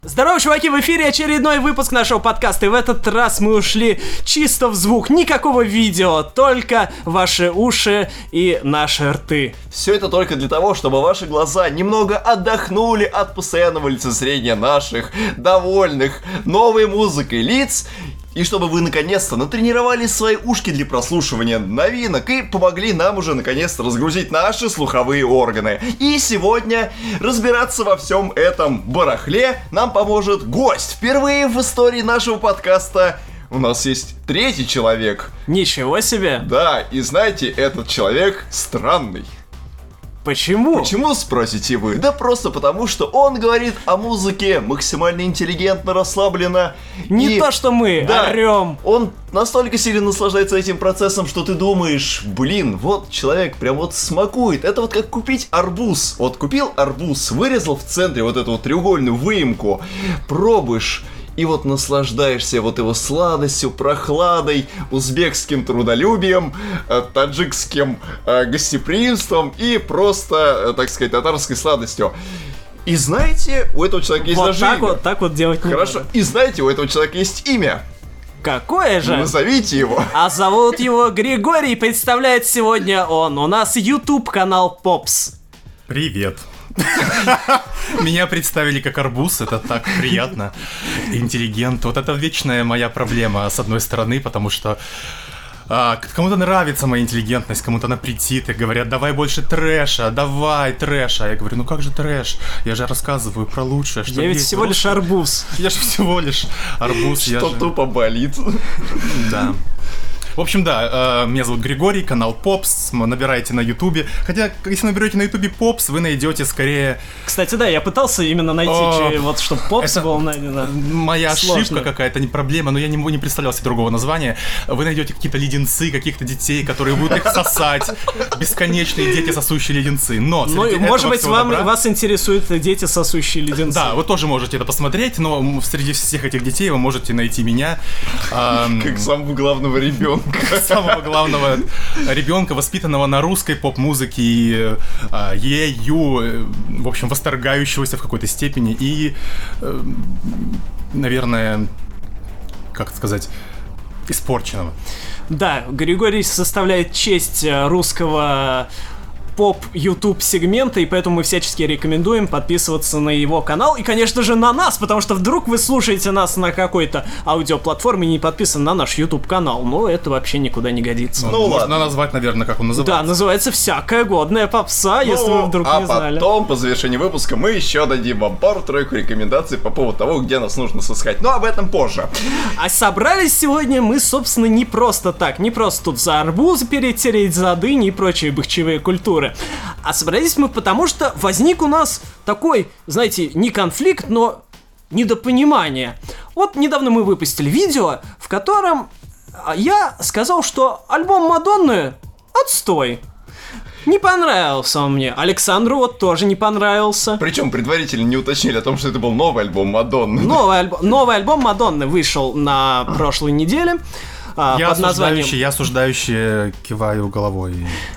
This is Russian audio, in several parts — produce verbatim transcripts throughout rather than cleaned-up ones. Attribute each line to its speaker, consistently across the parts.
Speaker 1: Здорово, чуваки, в эфире очередной выпуск нашего подкаста, и в этот раз мы ушли чисто в звук, никакого видео, только ваши уши и наши рты.
Speaker 2: Все это только для того, чтобы ваши глаза немного отдохнули от постоянного лицезрения наших довольных новой музыкой лиц, и чтобы вы наконец-то натренировали свои ушки для прослушивания новинок и помогли нам уже наконец-то разгрузить наши слуховые органы. И сегодня разбираться во всем этом барахле нам поможет гость. Впервые в истории нашего подкаста у нас есть третий человек.
Speaker 1: Ничего себе!
Speaker 2: Да, и знаете, этот человек странный.
Speaker 1: Почему?
Speaker 2: Почему, спросите вы? Да просто потому, что он говорит о музыке максимально интеллигентно, расслабленно.
Speaker 1: Не
Speaker 2: и...
Speaker 1: то, что мы
Speaker 2: да,
Speaker 1: орем.
Speaker 2: Он настолько сильно наслаждается этим процессом, что ты думаешь, блин, вот человек прям вот смакует. Это вот как купить арбуз. Вот купил арбуз, вырезал в центре вот эту вот треугольную выемку, пробуешь. И вот наслаждаешься вот его сладостью, прохладой, узбекским трудолюбием, э, таджикским э, гостеприимством и просто, э, так сказать, татарской сладостью. И знаете, у этого человека есть
Speaker 1: вот
Speaker 2: даже
Speaker 1: так
Speaker 2: имя.
Speaker 1: вот, так вот делать не
Speaker 2: Хорошо.
Speaker 1: надо.
Speaker 2: И знаете, у этого человека есть имя.
Speaker 1: Какое же?
Speaker 2: Назовите его.
Speaker 1: А зовут его Григорий, представляет сегодня он. У нас YouTube-канал Pops.
Speaker 3: Привет. Меня представили как арбуз, это так приятно. Интеллигент. Вот это вечная моя проблема, с одной стороны, потому что а, кому-то нравится моя интеллигентность, кому-то она претит, и говорят, давай больше трэша, давай трэша. Я говорю, ну как же трэш? Я же рассказываю про лучшее, что
Speaker 1: Я ведь
Speaker 3: есть.
Speaker 1: всего лишь арбуз.
Speaker 3: Я же всего лишь арбуз.
Speaker 2: Что тупо болит.
Speaker 3: Да. В общем, да, э, меня зовут Григорий, канал Pops, набирайте на ютубе. Хотя, если наберете на ютубе Pops, вы найдете скорее...
Speaker 1: Кстати, да, я пытался именно найти,
Speaker 3: О,
Speaker 1: че, вот, чтобы Pops
Speaker 3: это
Speaker 1: был найдено.
Speaker 3: Моя
Speaker 1: Сложно.
Speaker 3: ошибка какая-то, не проблема, но я не, не представлял себе другого названия. Вы найдете какие-то леденцы, каких-то детей, которые будут их сосать. Бесконечные дети, сосущие леденцы. Но
Speaker 1: Ну,
Speaker 3: среди
Speaker 1: может
Speaker 3: этого
Speaker 1: быть,
Speaker 3: всего
Speaker 1: вам,
Speaker 3: добра-
Speaker 1: вас интересуют дети, сосущие леденцы.
Speaker 3: Да, вы тоже можете это посмотреть, но среди всех этих детей вы можете найти меня. эм,
Speaker 2: Как самого главного ребенка.
Speaker 3: Самого главного ребенка, воспитанного на русской поп-музыке и э, ею, э, в общем, восторгающегося в какой-то степени и, э, наверное, как сказать, испорченного.
Speaker 1: Да, Григорий составляет честь э, русского поп-ютуб сегмента, и поэтому мы всячески рекомендуем подписываться на его канал и, конечно же, на нас, потому что вдруг вы слушаете нас на какой-то аудиоплатформе и не подписан на наш ютуб канал, но это вообще никуда не годится.
Speaker 2: Ну,
Speaker 3: можно
Speaker 2: ладно.
Speaker 3: назвать, наверное, как он называется.
Speaker 1: Да, называется «Всякая годная попса», если
Speaker 2: Ну,
Speaker 1: вы вдруг
Speaker 2: а
Speaker 1: не знали.
Speaker 2: потом, по завершении выпуска, мы еще дадим вам пару-тройку рекомендаций по поводу того, где нас нужно сыскать. Но об этом позже.
Speaker 1: А собрались сегодня мы, собственно, не просто так, не просто тут за арбуз перетереть, за дыни и прочие бахчевые культуры. А собрались мы потому, что возник у нас такой, знаете, не конфликт, но недопонимание. Вот недавно мы выпустили видео, в котором я сказал, что альбом Мадонны отстой. Не понравился он мне. Александру вот тоже не понравился.
Speaker 2: Причем предварительно не уточнили о том, что это был новый альбом Мадонны.
Speaker 1: Новый, альб... Новый альбом Мадонны вышел на прошлой неделе. а,
Speaker 3: Я
Speaker 1: под названием...
Speaker 3: осуждающий, я осуждающий киваю головой.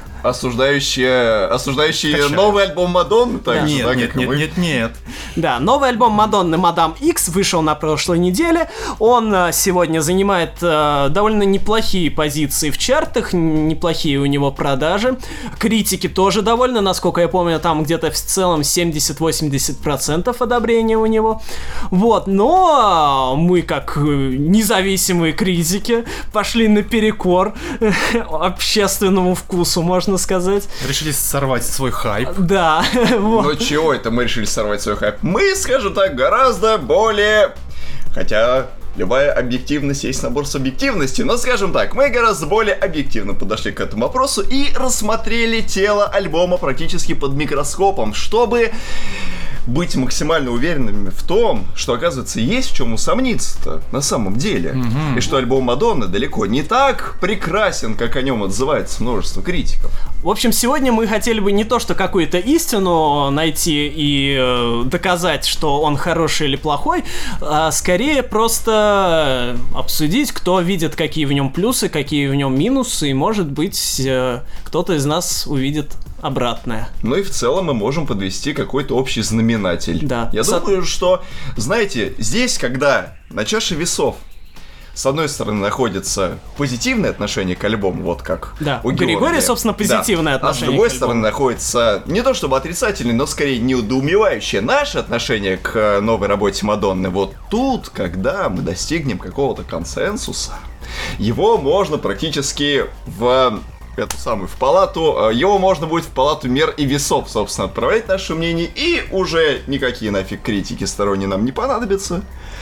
Speaker 2: Осуждающие, осуждающие
Speaker 3: Качаю.
Speaker 2: новый альбом Мадонны, так же,
Speaker 3: Нет,
Speaker 2: да,
Speaker 3: нет,
Speaker 2: как и
Speaker 3: нет,
Speaker 2: мы?
Speaker 3: нет, нет.
Speaker 1: Да, новый альбом Мадонны «Мадам Икс» вышел на прошлой неделе. Он э, сегодня занимает э, довольно неплохие позиции в чартах, н- неплохие у него продажи. Критики тоже довольны, насколько я помню, там где-то в целом семьдесят-восемьдесят процентов одобрения у него. Вот, но мы, как э, независимые критики, пошли наперекор э, общественному вкусу, можно сказать.
Speaker 3: Решили сорвать свой хайп.
Speaker 1: Да, вот.
Speaker 2: Ну чего это мы решили сорвать свой хайп? Мы, скажем так, гораздо более... Хотя... Любая объективность есть набор субъективности, но, скажем так, мы гораздо более объективно подошли к этому вопросу и рассмотрели тело альбома практически под микроскопом, чтобы быть максимально уверенными в том, что, оказывается, есть в чем усомниться-то на самом деле. Mm-hmm. И что альбом Мадонны далеко не так прекрасен, как о нем отзывается множество критиков.
Speaker 1: В общем, сегодня мы хотели бы не то, что какую-то истину найти и э, доказать, что он хороший или плохой, а скорее просто обсудить, кто видит, какие в нем плюсы, какие в нем минусы, и, может быть, э, кто-то из нас увидит обратное.
Speaker 2: Ну и в целом мы можем подвести какой-то общий знаменатель.
Speaker 1: Да.
Speaker 2: Я
Speaker 1: Со...
Speaker 2: думаю, что, знаете, здесь, когда на чаше весов с одной стороны находится позитивное отношение к альбому, вот как
Speaker 1: да.
Speaker 2: у Георгия.
Speaker 1: Григория, собственно, позитивное
Speaker 2: да.
Speaker 1: отношение.
Speaker 2: А с другой стороны находится не то чтобы отрицательное, но скорее недоумевающее наше отношение к новой работе Мадонны. Вот тут, когда мы достигнем какого-то консенсуса, его можно практически в эту самую, в палату, его можно будет в палату мер и весов, собственно, отправлять наше мнение, и уже никакие нафиг критики сторонние нам не понадобятся.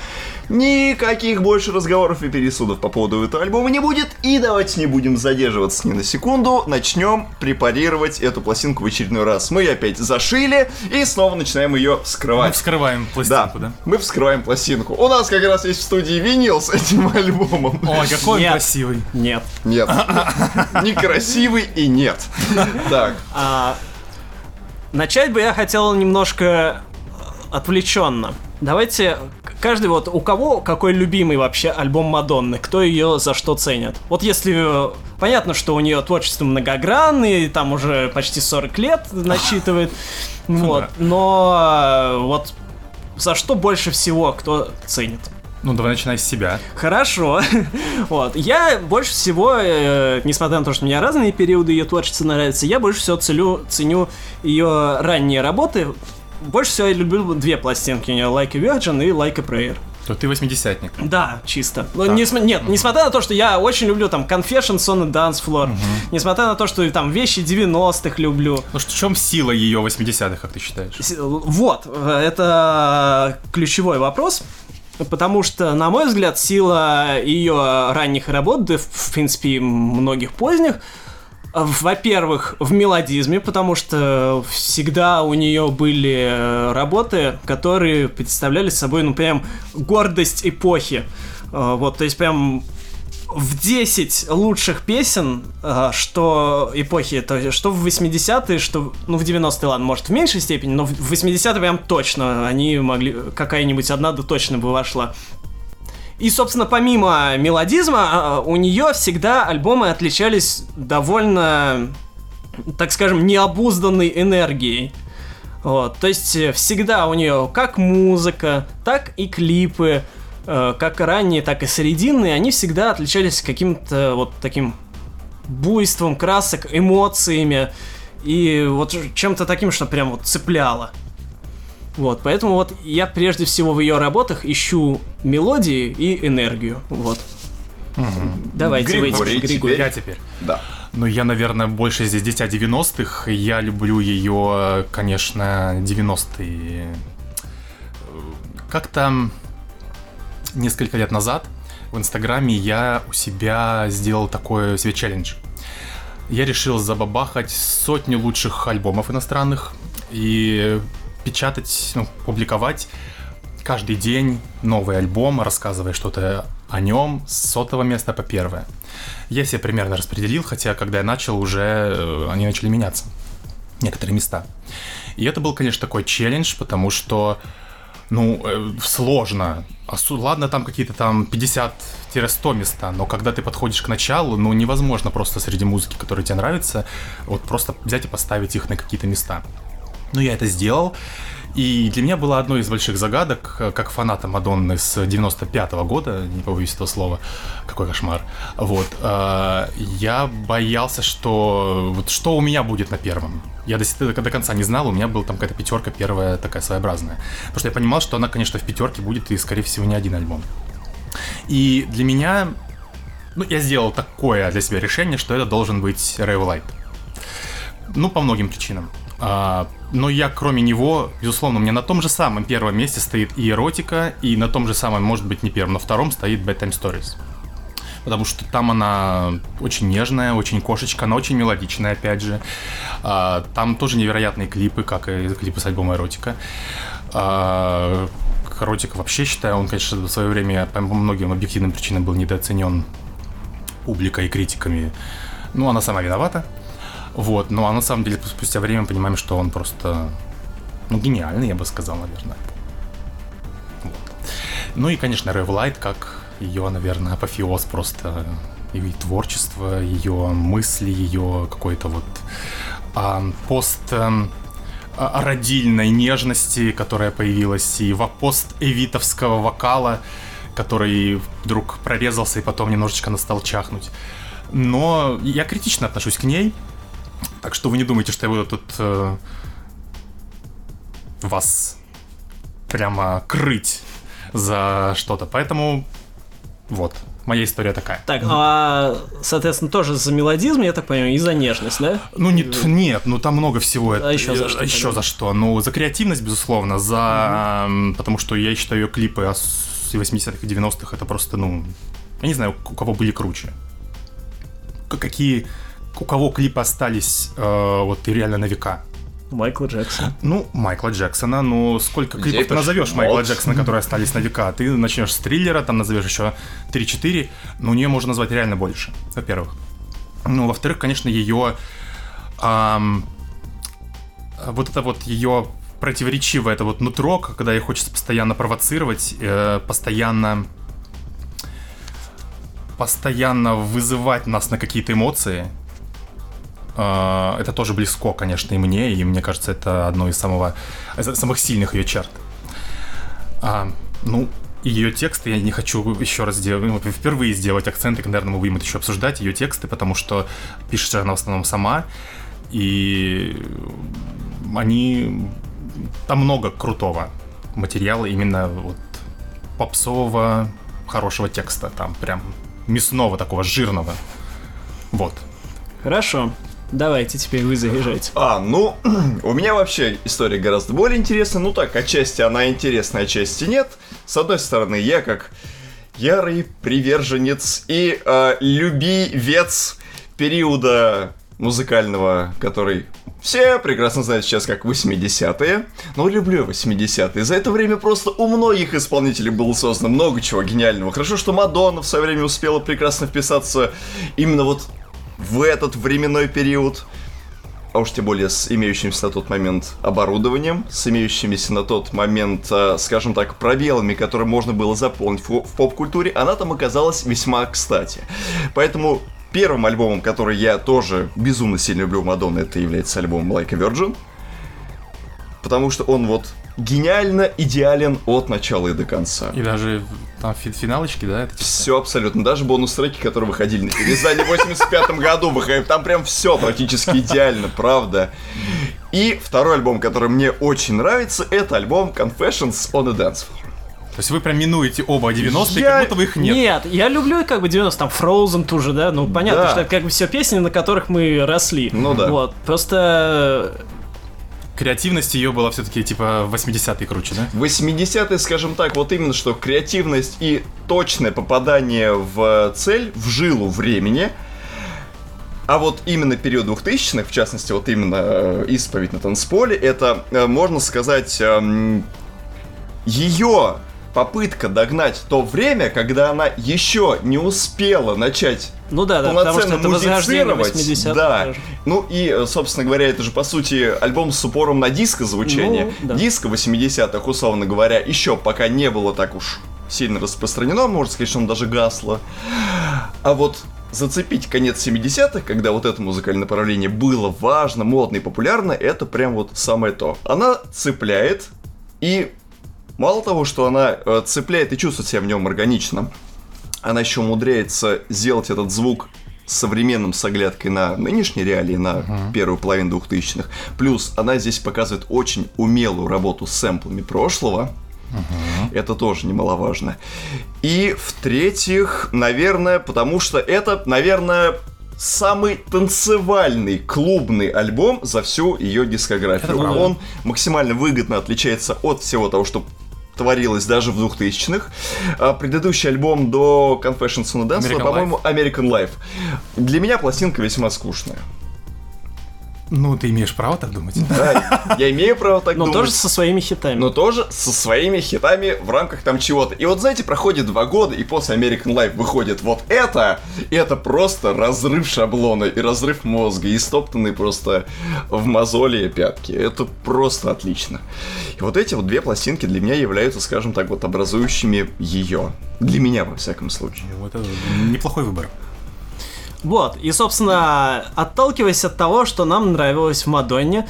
Speaker 2: Никаких больше разговоров и пересудов по поводу этого альбома не будет. И давайте не будем задерживаться ни на секунду. Начнем препарировать эту пластинку в очередной раз. Мы ее опять зашили и снова начинаем ее вскрывать.
Speaker 3: Мы вскрываем пластинку, да?
Speaker 2: Да, мы вскрываем пластинку. У нас как раз есть в студии винил с этим альбомом.
Speaker 3: Ой, какой
Speaker 1: нет.
Speaker 3: он красивый.
Speaker 1: Нет.
Speaker 2: Нет. Некрасивый и нет. Так.
Speaker 1: А, начать бы я хотел немножко отвлеченно. Давайте, каждый вот, у кого какой любимый вообще альбом Мадонны, кто ее за что ценит? Вот если, понятно, что у нее творчество многогранное, там уже почти сорок лет насчитывает, вот, но вот за что больше всего кто ценит?
Speaker 3: Ну, давай начинай с себя.
Speaker 1: Хорошо. Вот. Я больше всего, э, несмотря на то, что мне разные периоды ее творчества нравятся, я больше всего целю, ценю ее ранние работы. Больше всего я люблю две пластинки у нее, Like a Virgin и Like a Prayer.
Speaker 3: То ты восьмидесятник.
Speaker 1: Да, чисто. Но не, нет, mm-hmm. несмотря на то, что я очень люблю там Confessions on the Dance Floor, mm-hmm. несмотря на то, что там вещи девяностых люблю.
Speaker 3: Ну что, в чем сила ее восьмидесятых, как ты считаешь?
Speaker 1: Вот, это ключевой вопрос. Потому что, на мой взгляд, сила ее ранних работ, да, в принципе, многих поздних, во-первых, в мелодизме, потому что всегда у нее были работы, которые представляли собой, ну, прям гордость эпохи. Вот, то есть прям в десять лучших песен, что эпохи, то есть что в восьмидесятые, что, ну, в девяностые, ладно, может, в меньшей степени, но в восьмидесятые прям точно они могли, какая-нибудь одна да точно бы вошла. И, собственно, помимо мелодизма, у нее всегда альбомы отличались довольно, так скажем, необузданной энергией. Вот, то есть всегда у нее как музыка, так и клипы, как ранние, так и срединные, они всегда отличались каким-то вот таким буйством красок, эмоциями и вот чем-то таким, что прям вот цепляло. Вот, поэтому вот я прежде всего в ее работах ищу мелодии и энергию, вот.
Speaker 3: Угу.
Speaker 1: Давайте,
Speaker 2: Григорий,
Speaker 1: выйдите, Григорий.
Speaker 3: Я теперь.
Speaker 2: Да.
Speaker 3: Ну, я, наверное, больше здесь дитя девяностых. Я люблю ее, конечно, девяностые. Как-то несколько лет назад в Инстаграме я у себя сделал такой себе челлендж. Я решил забабахать сотню лучших альбомов иностранных и печатать, ну, публиковать каждый день новый альбом, рассказывая что-то о нем с сотого места по первое. Я себе примерно распределил, хотя когда я начал, уже они начали меняться, некоторые места. И это был, конечно, такой челлендж, потому что, ну, сложно. Ладно, там какие-то там пятьдесят-сто места, но когда ты подходишь к началу, ну, невозможно просто среди музыки, которая тебе нравится, вот просто взять и поставить их на какие-то места. Ну, я это сделал, и для меня было одной из больших загадок, как фаната Мадонны с девяносто пятого года, не побоюсь этого слова, какой кошмар, вот, э, я боялся, что вот что у меня будет на первом. Я до, до, до конца не знал, у меня была там какая-то пятерка первая такая своеобразная, потому что я понимал, что она, конечно, в пятерке будет и, скорее всего, не один альбом. И для меня, ну, я сделал такое для себя решение, что это должен быть Ray of Light. Ну, по многим причинам. Uh, но я, кроме него, безусловно, у меня на том же самом первом месте стоит и эротика, и на том же самом, может быть, не первом, на втором стоит Bedtime Stories. Потому что там она очень нежная, очень кошечка, она очень мелодичная, опять же. Uh, там тоже невероятные клипы, как и клипы с альбома «Эротика». Uh, «Эротика» вообще, считаю, он, конечно, в свое время по многим объективным причинам был недооценен публикой и критиками. Ну, она сама виновата. Вот, ну а на самом деле спустя время мы понимаем, что он просто, ну, гениальный, я бы сказал, наверное. Вот. Ну и, конечно, Ray of Light, как ее, наверное, апофеоз просто, ее творчество, ее мысли, ее какой-то вот а, пост а, родильной нежности, которая появилась, и пост-эвитовского вокала, который вдруг прорезался и потом немножечко настал чахнуть. Но я критично отношусь к ней, так что вы не думайте, что я буду тут э, вас прямо крыть за что-то. Поэтому вот, моя история такая.
Speaker 1: Так, а, соответственно, тоже за мелодизм, я так понимаю, и за нежность, да?
Speaker 3: Ну, нет, нет, ну там много всего.
Speaker 1: А еще за что?
Speaker 3: Еще за что? Ну, за креативность, безусловно, за... Mm-hmm. Потому что я считаю, ее клипы восьмидесятых и девяностых это просто, ну... Я не знаю, у кого были круче. Какие... У кого клипы остались э, вот и реально на века.
Speaker 1: Майкла Джексона.
Speaker 3: Ну, Майкла Джексона, ну сколько клипов ты назовешь Майкла Джексона, которые остались на века? Ты начнешь с Триллера, там назовешь еще три-четыре, но у нее можно назвать реально больше, во-первых. Ну, во-вторых, конечно, ее эм, вот это вот ее противоречивое, это вот нутро, когда ей хочется постоянно провоцировать, э, постоянно постоянно вызывать нас на какие-то эмоции. Это тоже близко, конечно, и мне, и мне кажется, это одно из самого, самых сильных ее черт. А, ну, ее тексты, я не хочу еще раз сделать, ну, впервые сделать акценты, наверное, мы будем это еще обсуждать, ее тексты, потому что пишет она в основном сама, и они... Там много крутого материала, именно вот попсового, хорошего текста, там прям мясного такого, жирного. Вот.
Speaker 1: Хорошо. Давайте теперь вы заезжайте.
Speaker 2: А, ну, у меня вообще история гораздо более интересная. Ну так, отчасти она интересная, отчасти нет. С одной стороны, я как ярый приверженец и э, любивец периода музыкального, который все прекрасно знают сейчас как восьмидесятые. Но люблю восьмидесятые. За это время просто у многих исполнителей было создано много чего гениального. Хорошо, что Мадонна в свое время успела прекрасно вписаться именно вот в этот временной период, а уж тем более с имеющимся на тот момент оборудованием, с имеющимися на тот момент, скажем так, пробелами, которые можно было заполнить в поп-культуре, она там оказалась весьма кстати. Поэтому первым альбомом, который я тоже безумно сильно люблю у Мадонны, это является альбом Like a Virgin, потому что он вот гениально идеален от начала и до конца.
Speaker 3: И даже там финалочки, да? Это
Speaker 2: все абсолютно. Даже бонус-треки, которые выходили на переиздании в восемьдесят пятом году, выходили, там прям все практически идеально, правда. И второй альбом, который мне очень нравится, это альбом Confessions on a Dance Floor.
Speaker 3: То есть вы прям минуете оба девяностые,
Speaker 1: я...
Speaker 3: как будто бы их нет.
Speaker 1: Нет, я люблю как бы девяностые, там Frozen тоже, да, ну понятно,
Speaker 2: да.
Speaker 1: что это как бы все песни, на которых мы росли.
Speaker 2: Ну да.
Speaker 1: Вот, просто...
Speaker 3: Креативность ее была все-таки типа восьмидесятые круче, да?
Speaker 2: восьмидесятые, скажем так, вот именно что креативность и точное попадание в цель, в жилу времени. А вот именно период двухтысячных, в частности, вот именно «Исповедь на танцполе», это, можно сказать, ее попытка догнать то время, когда она еще не успела начать
Speaker 1: ну да, да,
Speaker 2: полноценно музицировать. Да.
Speaker 1: Тоже.
Speaker 2: Ну и, собственно говоря, это же по сути альбом с упором на диско-звучание.
Speaker 1: Ну, да.
Speaker 2: Диско восьмидесятых, условно говоря, еще пока не было так уж сильно распространено, можно сказать, что он даже гасло. А вот зацепить конец семидесятых, когда вот это музыкальное направление было важно, модно и популярно, это прям вот самое то. Она цепляет, и мало того, что она э, цепляет и чувствует себя в нем органично, она еще умудряется сделать этот звук современным с оглядкой на нынешние реалии, на uh-huh. первую половину двухтысячных. Плюс она здесь показывает очень умелую работу с сэмплами прошлого. Uh-huh. Это тоже немаловажно. И в-третьих, наверное, потому что это, наверное, самый танцевальный клубный альбом за всю ее дискографию. Он максимально выгодно отличается от всего того, что творилось даже в двухтысячных. А предыдущий альбом до Confessions on a Dance Floor, по-моему, American Life. Для меня пластинка весьма скучная.
Speaker 3: Ну, ты имеешь право так думать.
Speaker 2: Да, я имею право так
Speaker 1: но
Speaker 2: думать.
Speaker 1: Но тоже со своими хитами.
Speaker 2: Но тоже со своими хитами в рамках там чего-то. И вот, знаете, проходит два года, и после American Life выходит вот это, и это просто разрыв шаблона, и разрыв мозга, и стоптанные просто в мозоли пятки. Это просто отлично. И вот эти вот две пластинки для меня являются, скажем так, вот образующими ее. Для меня, во всяком случае.
Speaker 3: Это неплохой выбор.
Speaker 1: Вот, и, собственно, отталкиваясь от того, что нам нравилось в Мадонне,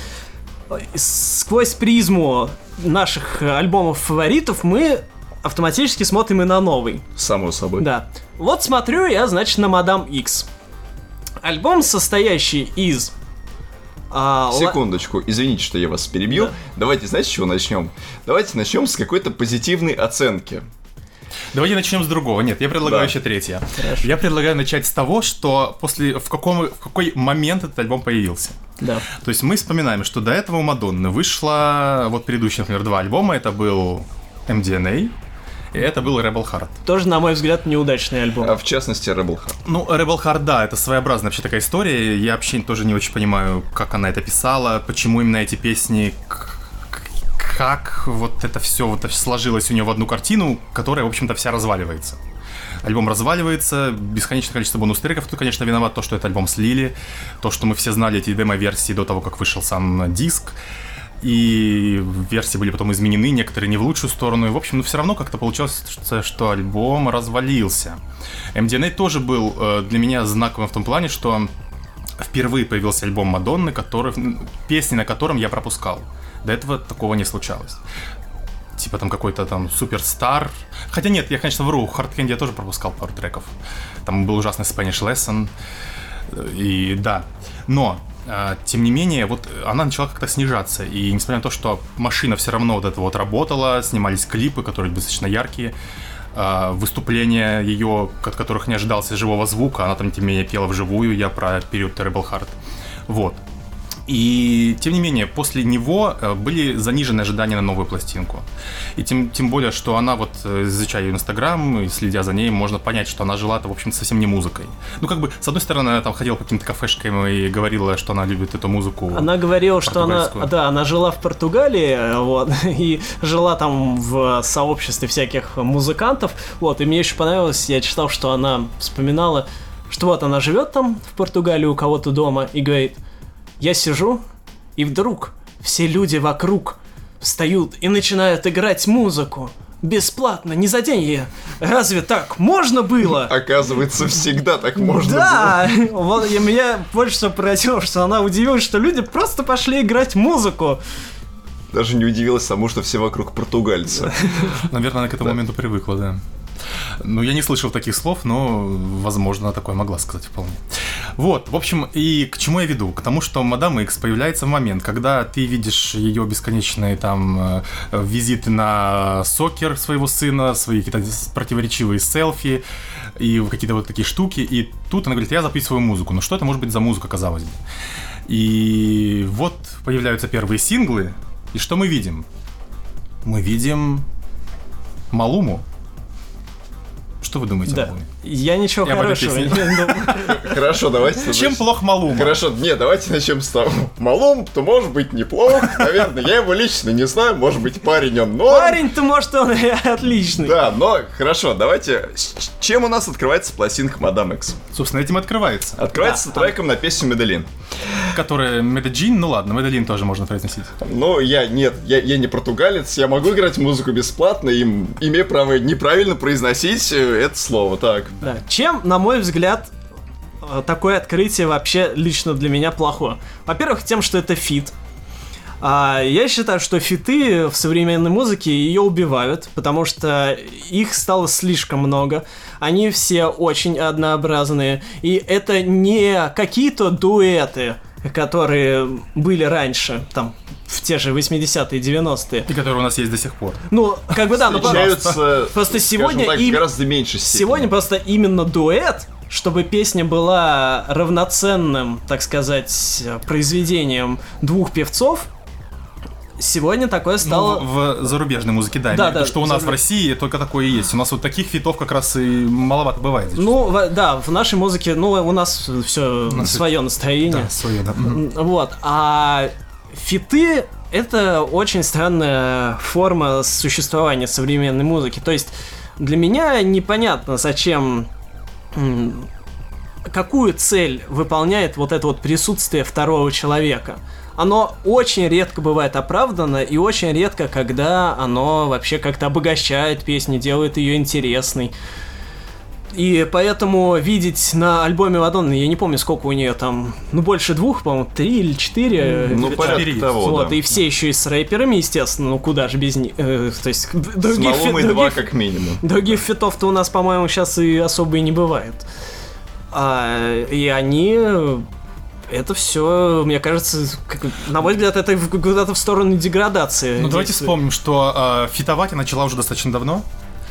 Speaker 1: сквозь призму наших альбомов-фаворитов мы автоматически смотрим и на новый.
Speaker 2: Само собой.
Speaker 1: Да. Вот смотрю я, значит, на Мадам Икс. Альбом, состоящий из... А,
Speaker 2: Секундочку, извините, что я вас перебью. Да. Давайте, знаете, с чего начнем? Давайте начнем с какой-то позитивной оценки.
Speaker 3: Давайте начнем с другого. Нет, я предлагаю
Speaker 2: Да.
Speaker 3: еще третье.
Speaker 1: Хорошо.
Speaker 3: Я предлагаю начать с того, что после в, каком, в какой момент этот альбом появился.
Speaker 1: Да.
Speaker 3: То есть мы вспоминаем, что до этого у Мадонны вышло вот предыдущие, например, два альбома. Это был эм ди эн эй и это был Rebel Heart.
Speaker 1: Тоже, на мой взгляд, неудачный альбом.
Speaker 2: А в частности, Rebel Heart.
Speaker 3: Ну, Rebel Heart, да, это своеобразная вообще такая история. Я вообще тоже не очень понимаю, как она это писала, почему именно эти песни, как вот это все вот сложилось у нее в одну картину, которая, в общем-то, вся разваливается. Альбом разваливается, бесконечное количество бонус-треков. Тут, конечно, виноват то, что этот альбом слили, то, что мы все знали эти демо-версии до того, как вышел сам диск. И версии были потом изменены, некоторые не в лучшую сторону. И, в общем, ну, все равно как-то получилось, что альбом развалился. эм ди эн эй тоже был э, для меня знаковым в том плане, что впервые появился альбом Мадонны, который, песни на котором я пропускал. До этого такого не случалось. Типа там какой-то там Суперстар. Хотя нет, я, конечно, вру, Hard Candy я тоже пропускал пару треков. Там был ужасный Spanish Lesson. И да. Но... тем не менее, вот она начала как-то снижаться. И несмотря на то, что машина все равно вот это вот работала, снимались клипы, которые достаточно яркие, выступления ее, от которых не ожидался живого звука, она там тем не менее пела вживую, я про период Rebel Heart. Вот. И, тем не менее, после него были занижены ожидания на новую пластинку. И тем, тем более, что она, вот, изучая ее Инстаграм и следя за ней, можно понять, что она жила-то, в общем-то, совсем не музыкой. Ну, как бы, с одной стороны, она там ходила по каким-то кафешкам и говорила, что она любит эту музыку.
Speaker 1: Она говорила, что она, да, она жила в Португалии, вот, и жила там в сообществе всяких музыкантов, вот, и мне еще понравилось, я читал, что она вспоминала, что вот она живет там в Португалии у кого-то дома и говорит: я сижу, и вдруг все люди вокруг встают и начинают играть музыку. Бесплатно, не за деньги. Разве так можно было?
Speaker 2: Оказывается, всегда так можно
Speaker 1: да,
Speaker 2: было.
Speaker 1: Да, вот и меня больше всего поразило, что она удивилась, что люди просто пошли играть музыку.
Speaker 2: Даже не удивилась тому, что все вокруг португальцы.
Speaker 3: Наверное, она к этому
Speaker 2: Да.
Speaker 3: моменту привыкла, да. Ну, я не слышал таких слов, но, возможно, она такое могла сказать вполне. Вот, в общем, и к чему я веду? К тому, что Мадам Икс появляется в момент, когда ты видишь ее бесконечные там визиты на сокер своего сына, свои какие-то противоречивые селфи и какие-то вот такие штуки, и тут она говорит: я записываю музыку. Ну, что это может быть за музыка, казалось бы? И вот появляются первые синглы, и что мы видим? Мы видим Малуму. Что вы думаете
Speaker 1: Да.
Speaker 3: о Малуме?
Speaker 1: Я ничего
Speaker 3: Я об этой
Speaker 1: хорошего не
Speaker 3: песне.
Speaker 1: думаю.
Speaker 2: Хорошо, давайте...
Speaker 3: Чем плох Малума?
Speaker 2: Хорошо, не, давайте начнем с того. Малум, то может быть неплох, наверное, я его лично не знаю, может быть парень он норм.
Speaker 1: Парень-то, может, он и отличный.
Speaker 2: Да, но хорошо, давайте, с чем у нас открывается пластинка Мадам Икс?
Speaker 3: Собственно, этим открывается.
Speaker 2: Открывается
Speaker 1: Да,
Speaker 2: треком на песню «Медellин».
Speaker 3: Которая Медельин, ну ладно, Медельин тоже можно произносить.
Speaker 2: Ну, я, нет, я, я не португалец, я могу играть музыку бесплатно, и имею право неправильно произносить это слово, так.
Speaker 1: Да. Чем, на мой взгляд, такое открытие вообще лично для меня плохо? Во-первых, тем, что это фит. А, я считаю, что фиты в современной музыке ее убивают, потому что их стало слишком много. Они все очень однообразные. И это не какие-то дуэты, которые были раньше, там, в те же восьмидесятые, девяностые.
Speaker 3: И которые у нас есть до сих пор.
Speaker 1: Ну, как бы да, ну
Speaker 2: Встречаются,
Speaker 1: просто сегодня
Speaker 2: скажем так,
Speaker 1: им-
Speaker 2: гораздо меньше степени.
Speaker 1: Сегодня просто именно дуэт, чтобы песня была равноценным, так сказать, произведением двух певцов, сегодня такое стало...
Speaker 3: Ну, в, в зарубежной музыке, да.
Speaker 1: Да,
Speaker 3: именно
Speaker 1: да,
Speaker 3: то, что у нас
Speaker 1: зарубеж-
Speaker 3: в России только такое и есть. У нас вот таких фитов как раз и маловато бывает. здесь.
Speaker 1: Ну, в- да, в нашей музыке, ну, у нас все
Speaker 3: нас
Speaker 1: свое настроение.
Speaker 3: Да, свое, да. Мгм.
Speaker 1: М, Вот, а фиты — это очень странная форма существования современной музыки. То есть для меня непонятно, зачем, м, какую цель выполняет вот это вот присутствие второго человека. Оно очень редко бывает оправдано, и очень редко, когда оно вообще как-то обогащает песню, делает ее интересной. И поэтому видеть на альбоме Мадонны, я не помню, сколько у нее там, ну, больше двух, по-моему, три или четыре.
Speaker 2: Ну, порядка того,
Speaker 1: вот,
Speaker 2: да.
Speaker 1: И все еще и с рэперами, естественно, ну, куда же без них. Э, то есть,
Speaker 2: с Малумой два как минимум.
Speaker 1: Других фитов-то у нас, по-моему, сейчас и особо и не бывает. А, и они... Это все, мне кажется, как, на мой взгляд, это куда-то в сторону деградации.
Speaker 3: Ну, давайте вспомним, что э, фитовать она начала уже достаточно давно.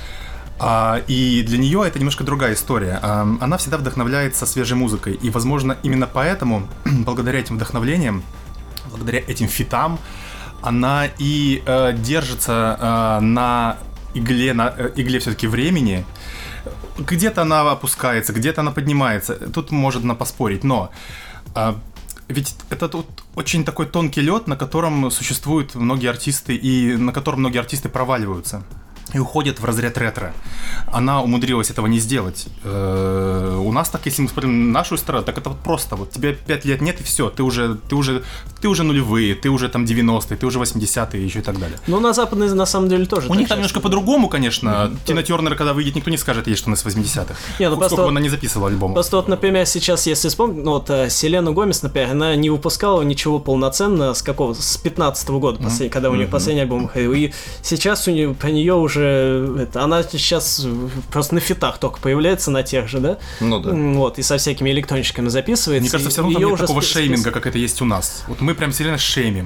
Speaker 3: Uh, и для нее это немножко другая история. Uh, она всегда вдохновляется свежей музыкой. И, возможно, именно поэтому, благодаря этим вдохновлениям, благодаря этим фитам, она и uh, держится uh, на игле, на uh, игле все-таки времени. Где-то она опускается, где-то она поднимается. Тут можно поспорить, но uh, ведь это тут очень такой тонкий лед, на котором существуют многие артисты и на котором многие артисты проваливаются и уходит в разряд ретро. Она умудрилась этого не сделать. Э-э- у нас так, если мы смотрим нашу страну, так это вот просто, вот тебе пять лет нет и все, ты уже, ты уже, ты уже нулевые, ты уже там девяностые, ты уже восьмидесятые, еще и так далее.
Speaker 1: Ну, на западной, на самом деле, тоже.
Speaker 3: У них там немножко по-другому, конечно. Mm-hmm. Тина Тернер, когда выйдет, никто не скажет ей, что она с восьмидесятых. Не, ну, сколько бы она не записывала альбомов.
Speaker 1: Просто вот, например, сейчас, если вспомнить, ну, вот Селену Гомес, например, она не выпускала ничего полноценно с какого, с пятнадцатого года, mm-hmm. последний, когда у нее mm-hmm. последний альбом выходил. И сейчас у нее, по нее уже это, она сейчас просто на фитах только появляется, на тех же, да?
Speaker 2: Ну да.
Speaker 1: Вот, и со всякими электронщиками записывается.
Speaker 3: Мне кажется, все равно там нет такого спи- шейминга, спи- как это есть у нас. Вот мы прям сильно шеймим.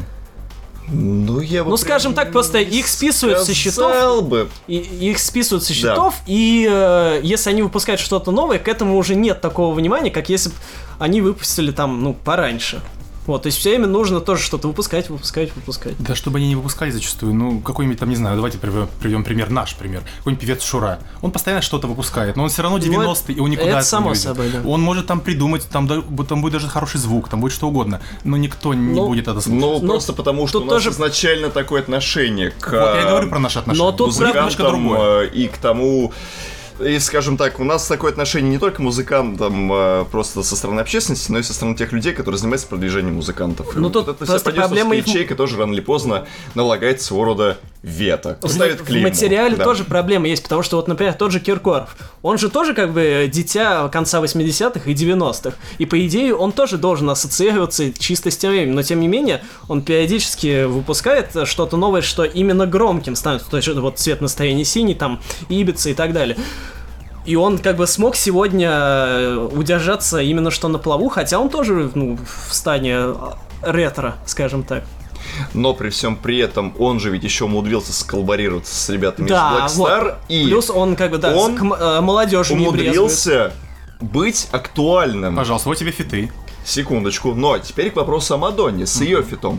Speaker 2: Ну, я бы
Speaker 1: ну скажем так, просто их списывают со счетов.
Speaker 2: Бы.
Speaker 1: И, их списывают со счетов, да. И э, если они выпускают что-то новое, к этому уже нет такого внимания, как если бы они выпустили там, ну, пораньше. Вот, то есть все время нужно тоже что-то выпускать, выпускать, выпускать.
Speaker 3: Да, чтобы они не выпускали зачастую. Ну, какой-нибудь там, не знаю, давайте приведем, приведем пример, наш пример. Какой-нибудь певец Шура. Он постоянно что-то выпускает, но он все равно девяностый, и он никуда
Speaker 1: это само
Speaker 3: не
Speaker 1: собой, да.
Speaker 3: Он может там придумать, там, там будет даже хороший звук, там будет что угодно, но никто не ну, будет это слушать.
Speaker 2: Ну, просто потому что у нас тоже... изначально такое отношение к...
Speaker 3: Вот, я и говорю про наши отношения.
Speaker 1: Но тут
Speaker 2: немножко другое. И к тому... И, скажем так, у нас такое отношение не только к музыкантам просто со стороны общественности, но и со стороны тех людей, которые занимаются продвижением музыкантов.
Speaker 1: Ну, тут
Speaker 2: вот эта вся продюсерская ячейка тоже рано или поздно налагает своего рода вето. Ставит клеймо.
Speaker 1: В материале
Speaker 2: да.
Speaker 1: тоже проблема есть, потому что вот, например, тот же Киркоров, он же тоже как бы дитя конца восьмидесятых и девяностых, и по идее он тоже должен ассоциироваться чисто с тем временем, но тем не менее он периодически выпускает что-то новое, что именно громким становится, то есть вот «Цвет настроения синий», там «Ибица» и так далее. И он как бы смог сегодня удержаться именно что на плаву, хотя он тоже, ну, в стане ретро, скажем так.
Speaker 2: Но при всем при этом он же ведь еще умудрился сколлаборироваться с ребятами
Speaker 1: да,
Speaker 2: из Black Star.
Speaker 1: Вот.
Speaker 2: И
Speaker 1: плюс он как бы, да,
Speaker 2: он
Speaker 1: к э, молодежи
Speaker 2: умудрился быть актуальным.
Speaker 3: Пожалуйста, вот тебе фиты.
Speaker 2: Секундочку. Но теперь к вопросу о Мадонне с ее фитом.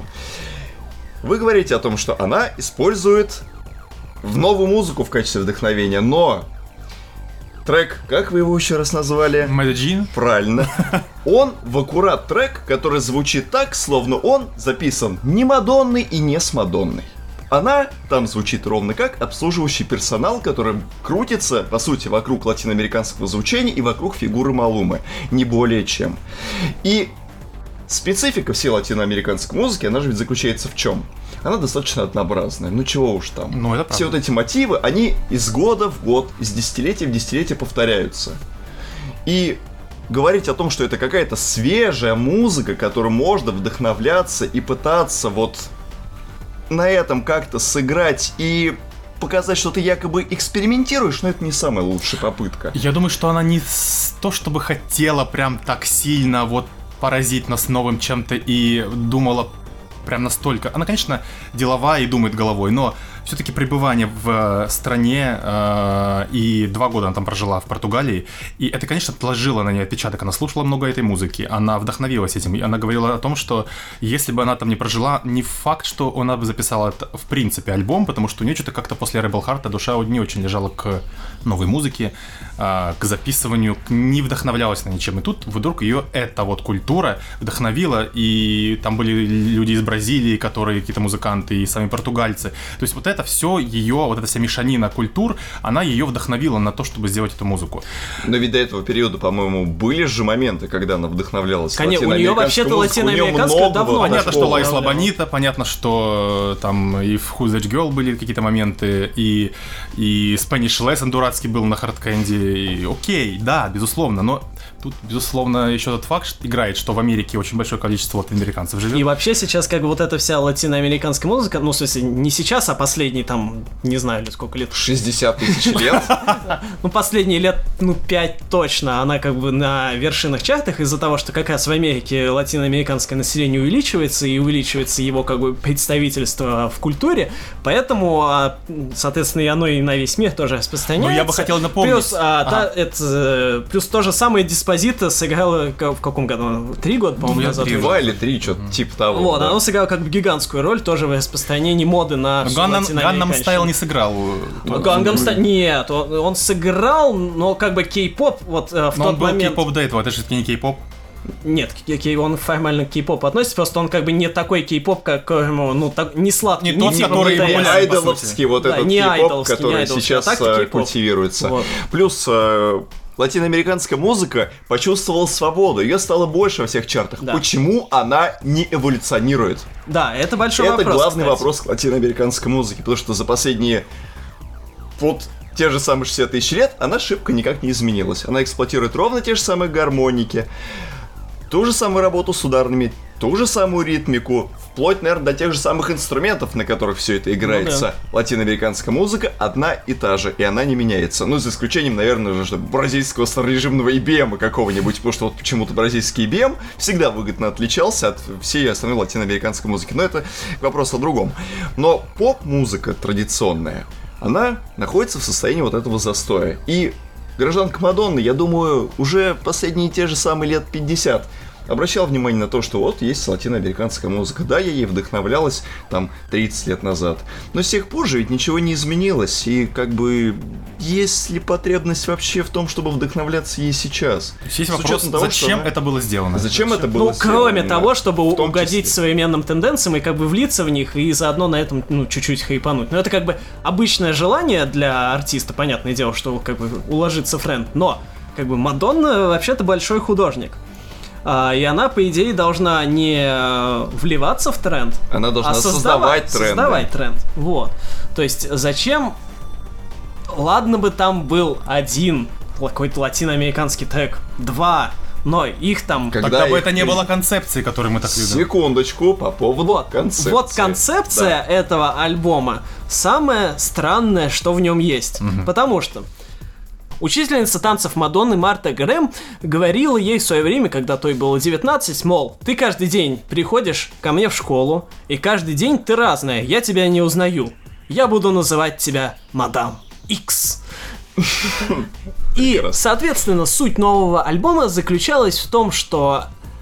Speaker 2: Вы говорите о том, что она использует в новую музыку в качестве вдохновения, но... Трек, как вы его еще раз назвали?
Speaker 3: Мэдджин.
Speaker 2: Правильно. Он в аккурат трек, который звучит так, словно он записан не Мадонной и не с Мадонной. Она там звучит ровно как обслуживающий персонал, который крутится, по сути, вокруг латиноамериканского звучания и вокруг фигуры Малумы. Не более чем. И специфика всей латиноамериканской музыки, она же ведь заключается в чем? Она достаточно однообразная. Ну чего уж там.
Speaker 3: Ну, это
Speaker 2: все вот эти мотивы, они из года в год, из десятилетия в десятилетие повторяются. И говорить о том, что это какая-то свежая музыка, которой можно вдохновляться и пытаться вот на этом как-то сыграть и показать, что ты якобы экспериментируешь, но это не самая лучшая попытка.
Speaker 3: Я думаю, что она не то, чтобы хотела прям так сильно вот поразить нас новым чем-то и думала прям настолько. Она, конечно, деловая и думает головой, но все-таки пребывание в стране, э, и два года она там прожила в Португалии, и это, конечно, отложило на нее отпечаток. Она слушала много этой музыки, она вдохновилась этим, и она говорила о том, что если бы она там не прожила, не факт, что она бы записала в принципе альбом, потому что у нее что-то как-то после Rebel Heart душа не очень лежала к новой музыке, э, к записыванию, не вдохновлялась на ничем. И тут вдруг ее эта вот культура вдохновила, и там были люди из Бразилии, которые какие-то музыканты, и сами португальцы. То есть вот это это все ее, вот эта вся мешанина культур, она ее вдохновила на то, чтобы сделать эту музыку.
Speaker 2: Но ведь до этого периода, по-моему, были же моменты, когда она вдохновлялась.
Speaker 1: Конечно, у нее вообще-то латиноамериканская давно.
Speaker 3: Понятно, что Лайсла Бонита, понятно, что там и в Who's That Girl были какие-то моменты, и, и Spanish Lesson дурацкий был на хардкэнде, и окей, да, безусловно, но тут, безусловно, еще тот факт играет, что в Америке очень большое количество латиноамериканцев живет.
Speaker 1: И вообще сейчас как бы вот эта вся латиноамериканская музыка, ну, в смысле, не сейчас, а последние там, не знаю, ли сколько лет.
Speaker 2: шестьдесят тысяч лет?
Speaker 1: Ну, последние лет, ну, пять точно, она как бы на вершинах чартах из-за того, что как раз в Америке латиноамериканское население увеличивается, и увеличивается его как бы представительство в культуре, поэтому, соответственно, и оно и на весь мир тоже распространяется.
Speaker 3: Ну, я бы хотел напомнить.
Speaker 1: Плюс, а, ага. та, это, плюс то же самое Диспозито сыграло в каком году? Три года, по-моему,
Speaker 2: ну,
Speaker 1: назад.
Speaker 2: Два или три, что-то mm. типа того.
Speaker 1: Вот,
Speaker 2: да.
Speaker 1: оно сыграло как бы гигантскую роль тоже в распространении моды на
Speaker 3: Ганнам Стайл не сыграл.
Speaker 1: Ганнам Стайл, нет, он, он сыграл, но как бы кей-поп вот в но тот
Speaker 3: он был
Speaker 1: момент...
Speaker 3: кей-поп до этого, это же не кей-поп.
Speaker 1: Нет, он формально к кей-поп относится, просто он как бы не такой кей-поп, как, ну, так, не сладкий.
Speaker 3: Не тот,
Speaker 1: не
Speaker 3: который
Speaker 2: не айдоловский вот да, этот кей-поп, который сейчас а культивируется. Вот. Плюс... латиноамериканская музыка почувствовала свободу, ее стало больше во всех чартах. Да. Почему она не эволюционирует?
Speaker 1: Да, это большой
Speaker 2: это
Speaker 1: вопрос.
Speaker 2: Это главный
Speaker 1: кстати.
Speaker 2: вопрос к латиноамериканской музыке, потому что за последние вот те же самые шестьдесят тысяч лет она шибко никак не изменилась. Она эксплуатирует ровно те же самые гармоники, ту же самую работу с ударными, ту же самую ритмику, вплоть, наверное, до тех же самых инструментов, на которых все это играется. Ну, да. Латиноамериканская музыка одна и та же, и она не меняется. Ну, за исключением, наверное, же бразильского старорежимного и би эм какого-нибудь, потому что вот почему-то бразильский и би эм всегда выгодно отличался от всей остальной латиноамериканской музыки. Но это вопрос о другом. Но поп-музыка традиционная, она находится в состоянии вот этого застоя. И гражданка Мадонна, я думаю, уже последние те же самые лет пятьдесят обращал внимание на то, что вот есть латиноамериканская музыка. Да, я ей вдохновлялась там тридцать лет назад. Но с тех пор же ведь ничего не изменилось. И как бы есть ли потребность вообще в том, чтобы вдохновляться ей сейчас?
Speaker 3: То есть есть вопрос, того, зачем что, это было сделано?
Speaker 2: Зачем, зачем? это было
Speaker 1: ну,
Speaker 2: сделано?
Speaker 1: Кроме того, чтобы угодить
Speaker 2: числе.
Speaker 1: современным тенденциям и как бы влиться в них, и заодно на этом, ну, чуть-чуть хайпануть. Но это как бы обычное желание для артиста, понятное дело, что как бы уложиться в тренд. Но как бы Мадонна вообще-то большой художник. И она, по идее, должна не вливаться в тренд,
Speaker 2: она должна
Speaker 1: а
Speaker 2: создавать,
Speaker 1: создавать тренд. Создавать тренд. Вот. То есть, зачем... Ладно бы там был один какой-то латиноамериканский трек, два, но их там...
Speaker 3: Когда Тогда их... бы это не было концепции, которую мы так любим.
Speaker 2: Секундочку, по поводу
Speaker 1: вот,
Speaker 2: концепции.
Speaker 1: Вот концепция да. этого альбома самое странное, что в нем есть. Угу. Потому что учительница танцев Мадонны Марта Грэм говорила ей в свое время, когда той было девятнадцать, мол, ты каждый день приходишь ко мне в школу, и каждый день ты разная, я тебя не узнаю. Я буду называть тебя Мадам Икс. И, соответственно, суть нового альбома заключалась в том, что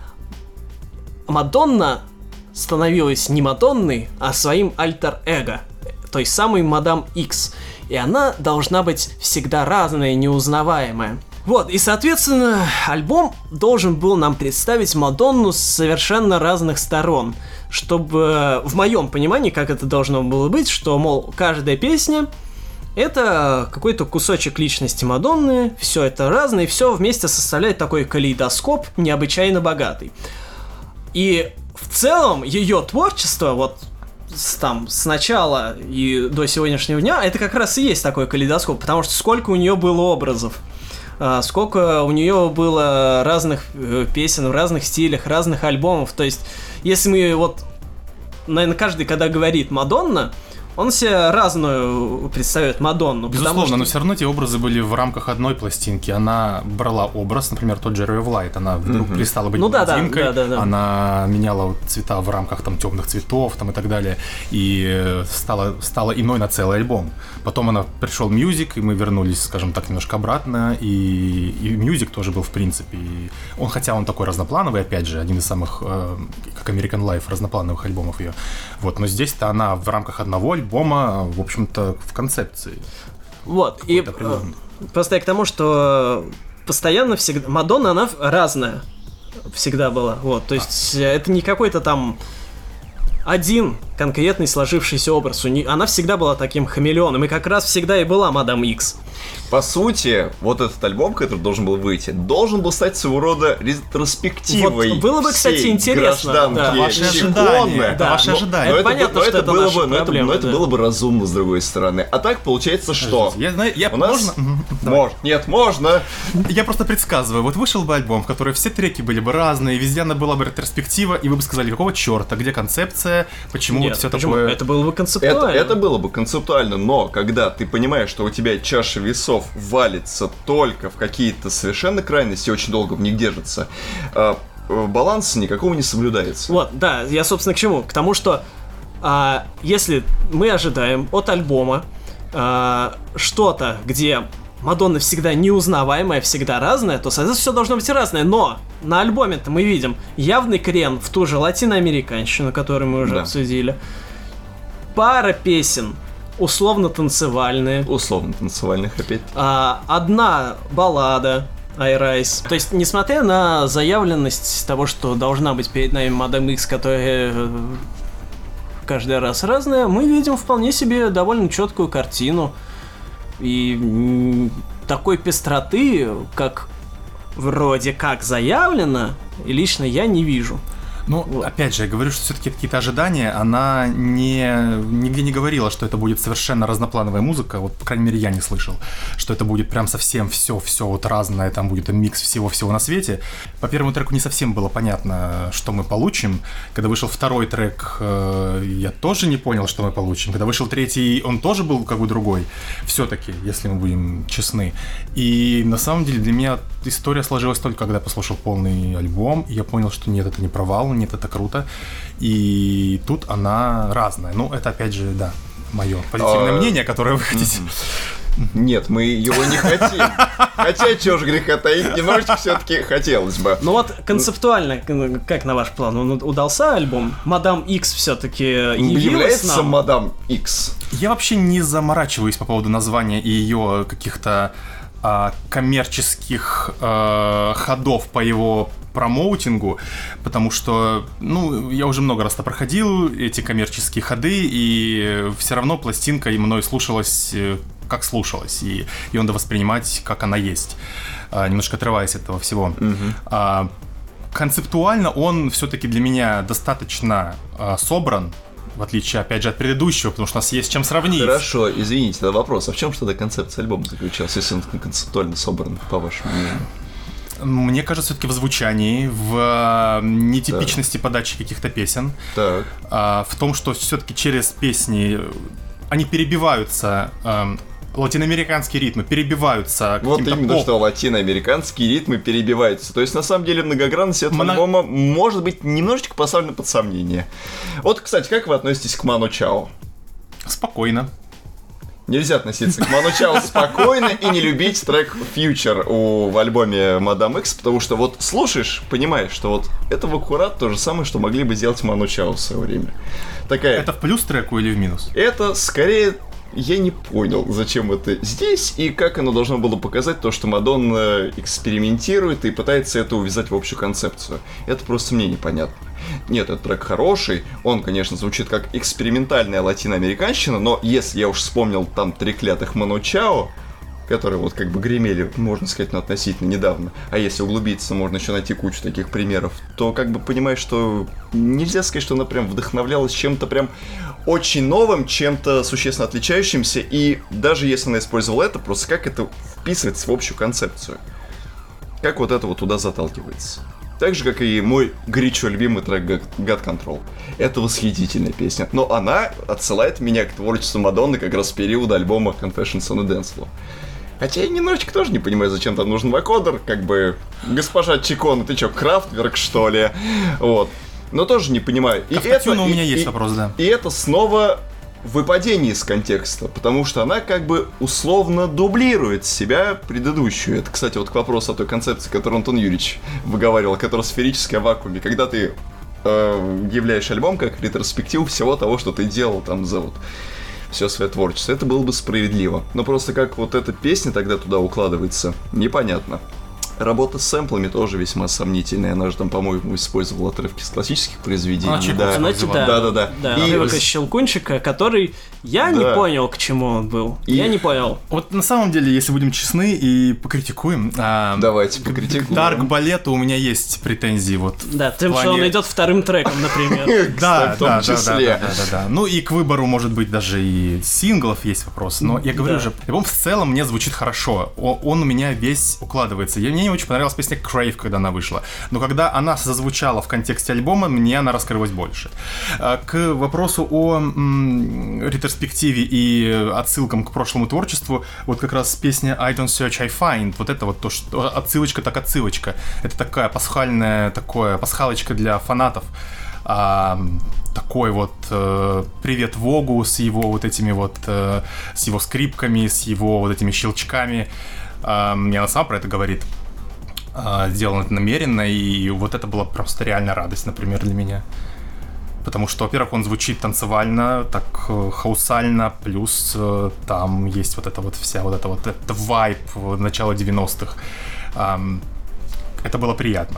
Speaker 1: Мадонна становилась не Мадонной, а своим альтер-эго, той самой Мадам Икс. И она должна быть всегда разная, неузнаваемая. Вот, и, соответственно, альбом должен был нам представить Мадонну с совершенно разных сторон. Чтобы, в моем понимании, как это должно было быть, что, мол, каждая песня — это какой-то кусочек личности Мадонны, все это разное, и все вместе составляет такой калейдоскоп необычайно богатый. И в целом ее творчество, вот, С, там, с начала и до сегодняшнего дня, это как раз и есть такой калейдоскоп, потому что сколько у нее было образов, э, сколько у нее было разных э, песен в разных стилях, разных альбомов. То есть, если мы вот, наверное, каждый, когда говорит Мадонна, он себе разную представляет Мадонну.
Speaker 3: Безусловно,
Speaker 1: что...
Speaker 3: но все равно эти образы были в рамках одной пластинки. Она брала образ, например, тот же Ray of Light, она вдруг mm-hmm. перестала быть
Speaker 1: ну,
Speaker 3: блондинкой,
Speaker 1: да, да, да, да.
Speaker 3: она меняла цвета в рамках там темных цветов там, и так далее, и стала, стала иной на целый альбом. Потом она пришел Music, и мы вернулись, скажем так, немножко обратно, и, и Music тоже был в принципе. И он, хотя он такой разноплановый, опять же, один из самых, э, как American Life, разноплановых альбомов ее. Вот, но здесь-то она в рамках одного альбома альбома, в общем-то, в концепции.
Speaker 1: Вот, и просто я к тому, что постоянно всегда... Мадонна, она разная всегда была, вот, то есть а. это не какой-то там один конкретный сложившийся образ. У нее, она всегда была таким хамелеоном, и как раз всегда и была Мадам Икс.
Speaker 2: По сути, вот этот альбом, который должен был выйти, должен был стать своего рода ретроспективой.
Speaker 1: Вот, было бы, кстати, интересно.
Speaker 3: Да. Ваши ожидания. Да. Ваши
Speaker 2: но,
Speaker 3: ожидания.
Speaker 2: Но
Speaker 1: это
Speaker 2: это,
Speaker 1: понятно,
Speaker 2: но
Speaker 1: что
Speaker 2: это,
Speaker 1: это
Speaker 2: было
Speaker 1: наши
Speaker 2: бы, но это,
Speaker 1: проблемы,
Speaker 2: но это
Speaker 1: да.
Speaker 2: было бы разумно, с другой стороны. А так получается, что...
Speaker 3: Я знаю, я...
Speaker 2: У нас...
Speaker 3: Можно?
Speaker 2: Может. Нет, можно.
Speaker 3: Я просто предсказываю. Вот вышел бы альбом, в котором все треки были бы разные, везде она была бы ретроспектива, и вы бы сказали, какого черта, где концепция, почему
Speaker 1: Нет,
Speaker 3: вот все
Speaker 1: почему?
Speaker 3: такое...
Speaker 1: Это было бы концептуально.
Speaker 2: Это, это было бы концептуально, но когда ты понимаешь, что у тебя чаша весов валится только в какие-то совершенно крайности, очень долго в них держится, э, баланса никакого не соблюдается.
Speaker 1: Вот, да, я, собственно, к чему? К тому, что а, если мы ожидаем от альбома а, что-то, где Мадонна всегда неузнаваемая, всегда разная, то, соответственно, все должно быть разное. Но на альбоме-то мы видим явный крен в ту же латиноамериканщину, которую мы уже
Speaker 2: Да.
Speaker 1: обсудили. Пара песен условно-танцевальные.
Speaker 2: Условно-танцевальных опять.
Speaker 1: А, одна баллада I Rise. То есть, несмотря на заявленность того, что должна быть перед нами Мадам Икс, которая э, каждый раз разная, мы видим вполне себе довольно четкую картину. И м, такой пестроты, как вроде как заявлено, лично я не вижу.
Speaker 3: Ну, вот. Опять же, я говорю, что все-таки какие-то ожидания, она не, нигде не говорила, что это будет совершенно разноплановая музыка, вот, по крайней мере, я не слышал, что это будет прям совсем все-все вот разное, там будет микс всего-всего на свете. По первому треку не совсем было понятно, что мы получим. Когда вышел второй трек, я тоже не понял, что мы получим. Когда вышел третий, он тоже был как бы другой, все-таки, если мы будем честны. И на самом деле для меня история сложилась только, когда я послушал полный альбом, и я понял, что нет, это не провал, нет, это круто. И тут она разная. Ну, это опять же, да, мое позитивное мнение, которое вы хотите.
Speaker 2: Нет, мы его не хотим. Хотя, чего же греха таить, немножечко все-таки хотелось бы.
Speaker 1: Ну вот концептуально, как на ваш план, он удался альбом? Мадам Икс все-таки явилась
Speaker 2: Является
Speaker 1: нам?
Speaker 2: Мадам Икс.
Speaker 3: Я вообще не заморачиваюсь по поводу названия и ее каких-то а, коммерческих а, ходов по его промоутингу, потому что, ну, я уже много раз-то проходил эти коммерческие ходы, и все равно пластинка и мной слушалась, как слушалась, и ее надо воспринимать, как она есть, немножко отрываясь от этого всего. Mm-hmm. А, концептуально он все-таки для меня достаточно а, собран, в отличие, опять же, от предыдущего, потому что у нас есть чем сравнить.
Speaker 2: Хорошо, извините, это вопрос. А в чем что-то концепция альбома заключалась, если он концептуально собран, по вашему мнению?
Speaker 3: Мне кажется, все-таки в звучании, в нетипичности так. подачи каких-то песен,
Speaker 2: так.
Speaker 3: в том, что все-таки через песни они перебиваются, латиноамериканские ритмы перебиваются
Speaker 2: вот
Speaker 3: каким-то
Speaker 2: именно,
Speaker 3: поп.
Speaker 2: что латиноамериканские ритмы перебиваются. То есть, на самом деле, многогранность этого Моно... альбома может быть немножечко поставлена под сомнение. Вот, кстати, как вы относитесь к Ману Чао?
Speaker 3: Спокойно.
Speaker 2: Нельзя относиться к Ману Чао спокойно и не любить трек Future у, в альбоме Мадам Икс, потому что вот слушаешь, понимаешь, что вот это в аккурат то же самое, что могли бы сделать Ману Чао в свое время. Такая...
Speaker 3: Это в плюс треку или в минус?
Speaker 2: Это скорее... Я не понял, зачем это здесь и как оно должно было показать то, что Мадонна экспериментирует и пытается это увязать в общую концепцию. Это просто мне непонятно. Нет, этот трек хороший, он, конечно, звучит как экспериментальная латиноамериканщина, но если я уж вспомнил там три клятых Ману Чао, которые вот как бы гремели, можно сказать, ну, относительно недавно, а если углубиться, можно еще найти кучу таких примеров, то как бы понимаешь, что нельзя сказать, что она прям вдохновлялась чем-то прям очень новым, чем-то существенно отличающимся, и даже если она использовала это, просто как это вписывается в общую концепцию. Как вот это вот туда заталкивается. Так же, как и мой горячо любимый трек God Control. Это восхитительная песня, но она отсылает меня к творчеству Мадонны как раз в период альбома Confessions on a Dance Floor. Хотя я немножечко тоже не понимаю, зачем там нужен вокодер, как бы, госпожа Чикона, ты чё, Крафтверк, что ли? Вот. Но тоже не понимаю. И это,
Speaker 3: у меня
Speaker 2: и,
Speaker 3: есть
Speaker 2: и,
Speaker 3: вопрос, да.
Speaker 2: И это снова выпадение из контекста, потому что она как бы условно дублирует себя предыдущую. Это, кстати, вот к вопросу о той концепции, которую Антон Юрьевич выговаривал, которая сферическая в вакууме. Когда ты э, являешь альбом как ретроспективу всего того, что ты делал там за вот все свое творчество, это было бы справедливо. Но просто как вот эта песня тогда туда укладывается, непонятно. Работа с сэмплами тоже весьма сомнительная. Она же там, по-моему, использовала отрывки с классических произведений.
Speaker 3: А,
Speaker 2: да.
Speaker 1: Знаете, да.
Speaker 2: Да, да, да.
Speaker 1: Да,
Speaker 2: И-
Speaker 1: отрывок из Щелкунчика, который я не
Speaker 2: Да.
Speaker 1: понял, к чему он был.
Speaker 2: И-
Speaker 1: Я не понял.
Speaker 3: Вот на самом деле, если будем честны и покритикуем, а,
Speaker 2: Давайте
Speaker 3: к
Speaker 2: покритикуем.
Speaker 3: Дарк Балету у меня есть претензии вот.
Speaker 1: Да, тем,
Speaker 3: в
Speaker 1: что он
Speaker 3: плане-
Speaker 1: идет вторым треком, например.
Speaker 3: Да,
Speaker 2: в том
Speaker 3: да, да,
Speaker 2: числе.
Speaker 3: да, да, да, да. Ну и к выбору, может быть, даже и синглов есть вопрос. Но я говорю
Speaker 1: Да.
Speaker 3: же, альбом в целом мне звучит хорошо. О- Он у меня весь укладывается. Я, мне не очень понравилась песня Crave, когда она вышла. Но когда она зазвучала в контексте альбома, мне она раскрылась больше. А, К вопросу о м, ретроспективе и отсылкам к прошлому творчеству, вот как раз песня I Don't Search, I Find, вот это вот то, что отсылочка так отсылочка. Это такая пасхальная, такое, пасхалочка для фанатов. А, такой вот э, привет Вогу с его вот этими вот, э, с его скрипками, с его вот этими щелчками. А, и она сама про это говорит. А, сделано это намеренно, и вот это была просто реально радость, например, для меня. Потому что, во-первых, он звучит танцевально, так э, хаусально, плюс э, там есть вот эта вот вся вот эта вот это вайб э, начала девяностых. Ам, это было приятно.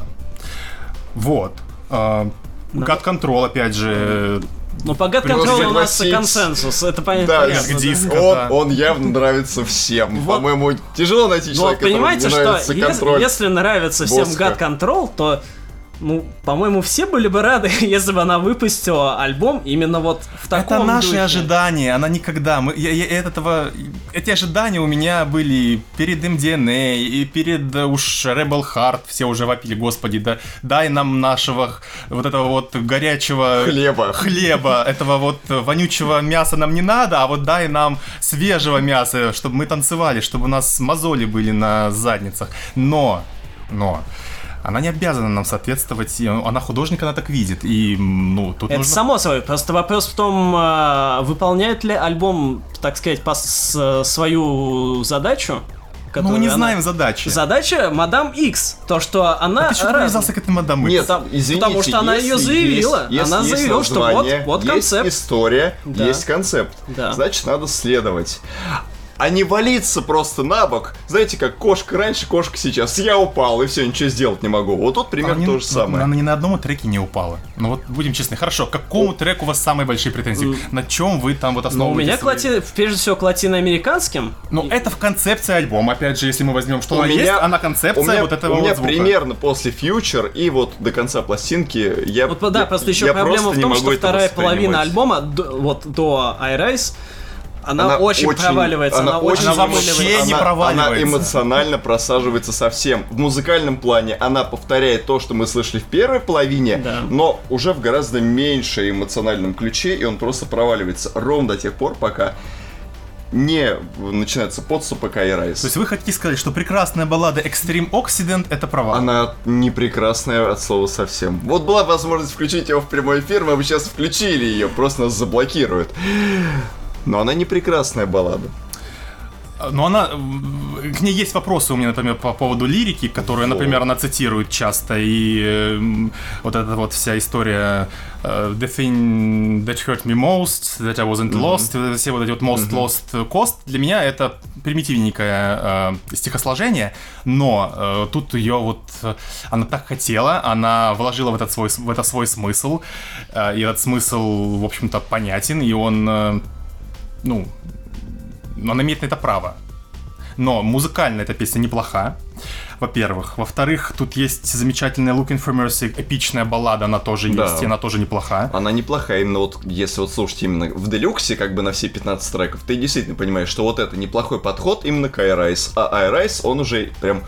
Speaker 3: Вот. А, God Control, опять же,
Speaker 1: Ну, по God
Speaker 2: Плюс
Speaker 1: Control у нас
Speaker 2: согласись.
Speaker 1: консенсус, это понятно.
Speaker 2: Да,
Speaker 1: понятно, да.
Speaker 3: диск.
Speaker 2: он,
Speaker 3: да.
Speaker 2: он явно нравится всем.
Speaker 1: Вот.
Speaker 2: По-моему, тяжело найти
Speaker 1: Ну, вот
Speaker 2: человека,
Speaker 1: понимаете,
Speaker 2: которому не нравится
Speaker 1: что
Speaker 2: контроль.
Speaker 1: если, если нравится всем
Speaker 2: Боска.
Speaker 1: God Control, то, ну, по-моему, все были бы рады, если бы она выпустила альбом именно вот в таком
Speaker 3: это наши
Speaker 1: духе.
Speaker 3: ожидания, она никогда. Мы, я, я- этого, эти ожидания у меня были перед эм ди эн эй и перед э, уж Rebel Heart. Все уже вопили, господи, да, дай нам нашего х- вот этого вот горячего
Speaker 2: Хлеба.
Speaker 3: хлеба, этого вот вонючего мяса нам не надо, а вот дай нам свежего мяса, чтобы мы танцевали, чтобы у нас мозоли были на задницах. Но, но... Она не обязана нам соответствовать, и она художник, она так видит, и, м, ну, тут
Speaker 1: Это
Speaker 3: нужно...
Speaker 1: само собой, просто вопрос в том, а, выполняет ли альбом, так сказать, по с- свою задачу.
Speaker 3: Ну, мы
Speaker 1: которую
Speaker 3: не
Speaker 1: она-
Speaker 3: знаем задачи.
Speaker 1: Задача Мадам Икс, то, что она...
Speaker 3: А ты что
Speaker 1: раз-
Speaker 3: привязался к этой мадам Икс?
Speaker 2: Нет,
Speaker 1: Потому-
Speaker 2: извините,
Speaker 1: потому что она
Speaker 2: если
Speaker 1: её заявила.
Speaker 2: есть- если
Speaker 1: Она
Speaker 2: есть
Speaker 1: заявила, что вот-
Speaker 2: название,
Speaker 1: вот
Speaker 2: есть
Speaker 1: концепт.
Speaker 2: история,
Speaker 1: Да.
Speaker 2: есть концепт.
Speaker 1: Да.
Speaker 2: Значит, надо следовать. А не валиться просто на бок. Знаете, как кошка раньше, кошка сейчас. Я упал, и все, ничего сделать не могу. Вот тут примерно
Speaker 3: Она не-
Speaker 2: то же самое.
Speaker 3: Она ни на одном треке не упала. Ну вот будем честны. Хорошо, к какому треку у вас самые большие претензии? На чем вы там вот
Speaker 1: Ну, у
Speaker 3: основываете
Speaker 1: меня, к
Speaker 3: свои-
Speaker 1: лати- прежде всего, к латиноамериканским.
Speaker 3: Ну, это в концепции альбома, опять же, если мы возьмем, что
Speaker 2: У
Speaker 3: она
Speaker 2: меня-
Speaker 3: есть, она концепция
Speaker 2: у меня,
Speaker 3: вот этого
Speaker 2: у меня
Speaker 3: вот звука.
Speaker 2: примерно после Future и вот до конца пластинки я...
Speaker 1: Вот, да,
Speaker 2: я-
Speaker 1: просто еще
Speaker 2: я
Speaker 1: проблема
Speaker 2: просто
Speaker 1: в
Speaker 2: не
Speaker 1: том,
Speaker 2: могу
Speaker 1: что
Speaker 2: это
Speaker 1: вторая половина
Speaker 2: воспринимать.
Speaker 1: альбома, д- вот до I Rise, она,
Speaker 2: Она
Speaker 1: очень,
Speaker 2: очень-
Speaker 1: проваливается, она,
Speaker 2: она
Speaker 1: очень
Speaker 2: очень
Speaker 3: Она
Speaker 1: замыливается.
Speaker 3: вообще не
Speaker 2: она,
Speaker 3: проваливается.
Speaker 2: она эмоционально просаживается совсем. В музыкальном плане она повторяет то, что мы слышали в первой половине,
Speaker 1: Да.
Speaker 2: но уже в гораздо меньшем эмоциональном ключе, и он просто проваливается ровно до тех пор, пока не начинается подступы к I Rise.
Speaker 3: То есть вы хотите сказать, что прекрасная баллада Extreme Occident это провал?
Speaker 2: Она не прекрасная от слова совсем. Вот была возможность включить его в прямой эфир, мы бы сейчас включили ее, просто нас заблокируют. Но она не прекрасная баллада.
Speaker 3: Но она... м, К ней есть вопросы у меня, например, по поводу лирики, которую, например, она цитирует часто. И э, вот эта вот вся история э, The thing that hurt me most, that I wasn't lost, все вот эти вот most lost cost. Для меня это примитивненькое э, стихосложение, но э, тут ее вот... э, Она так хотела, она вложила в, этот свой, в это свой смысл. э, И этот смысл, в общем-то, понятен, и он... э, Ну... Она имеет на это право. Но музыкально эта песня неплоха, во-первых. Во-вторых, тут есть замечательная Looking for Mercy, эпичная баллада, она тоже
Speaker 2: Да.
Speaker 3: есть, и она тоже неплоха.
Speaker 2: Она неплохая, именно вот если вот слушать именно в делюксе, как бы на все пятнадцать треков, ты действительно понимаешь, что вот это неплохой подход именно к I Rise. А I Rise, он уже прям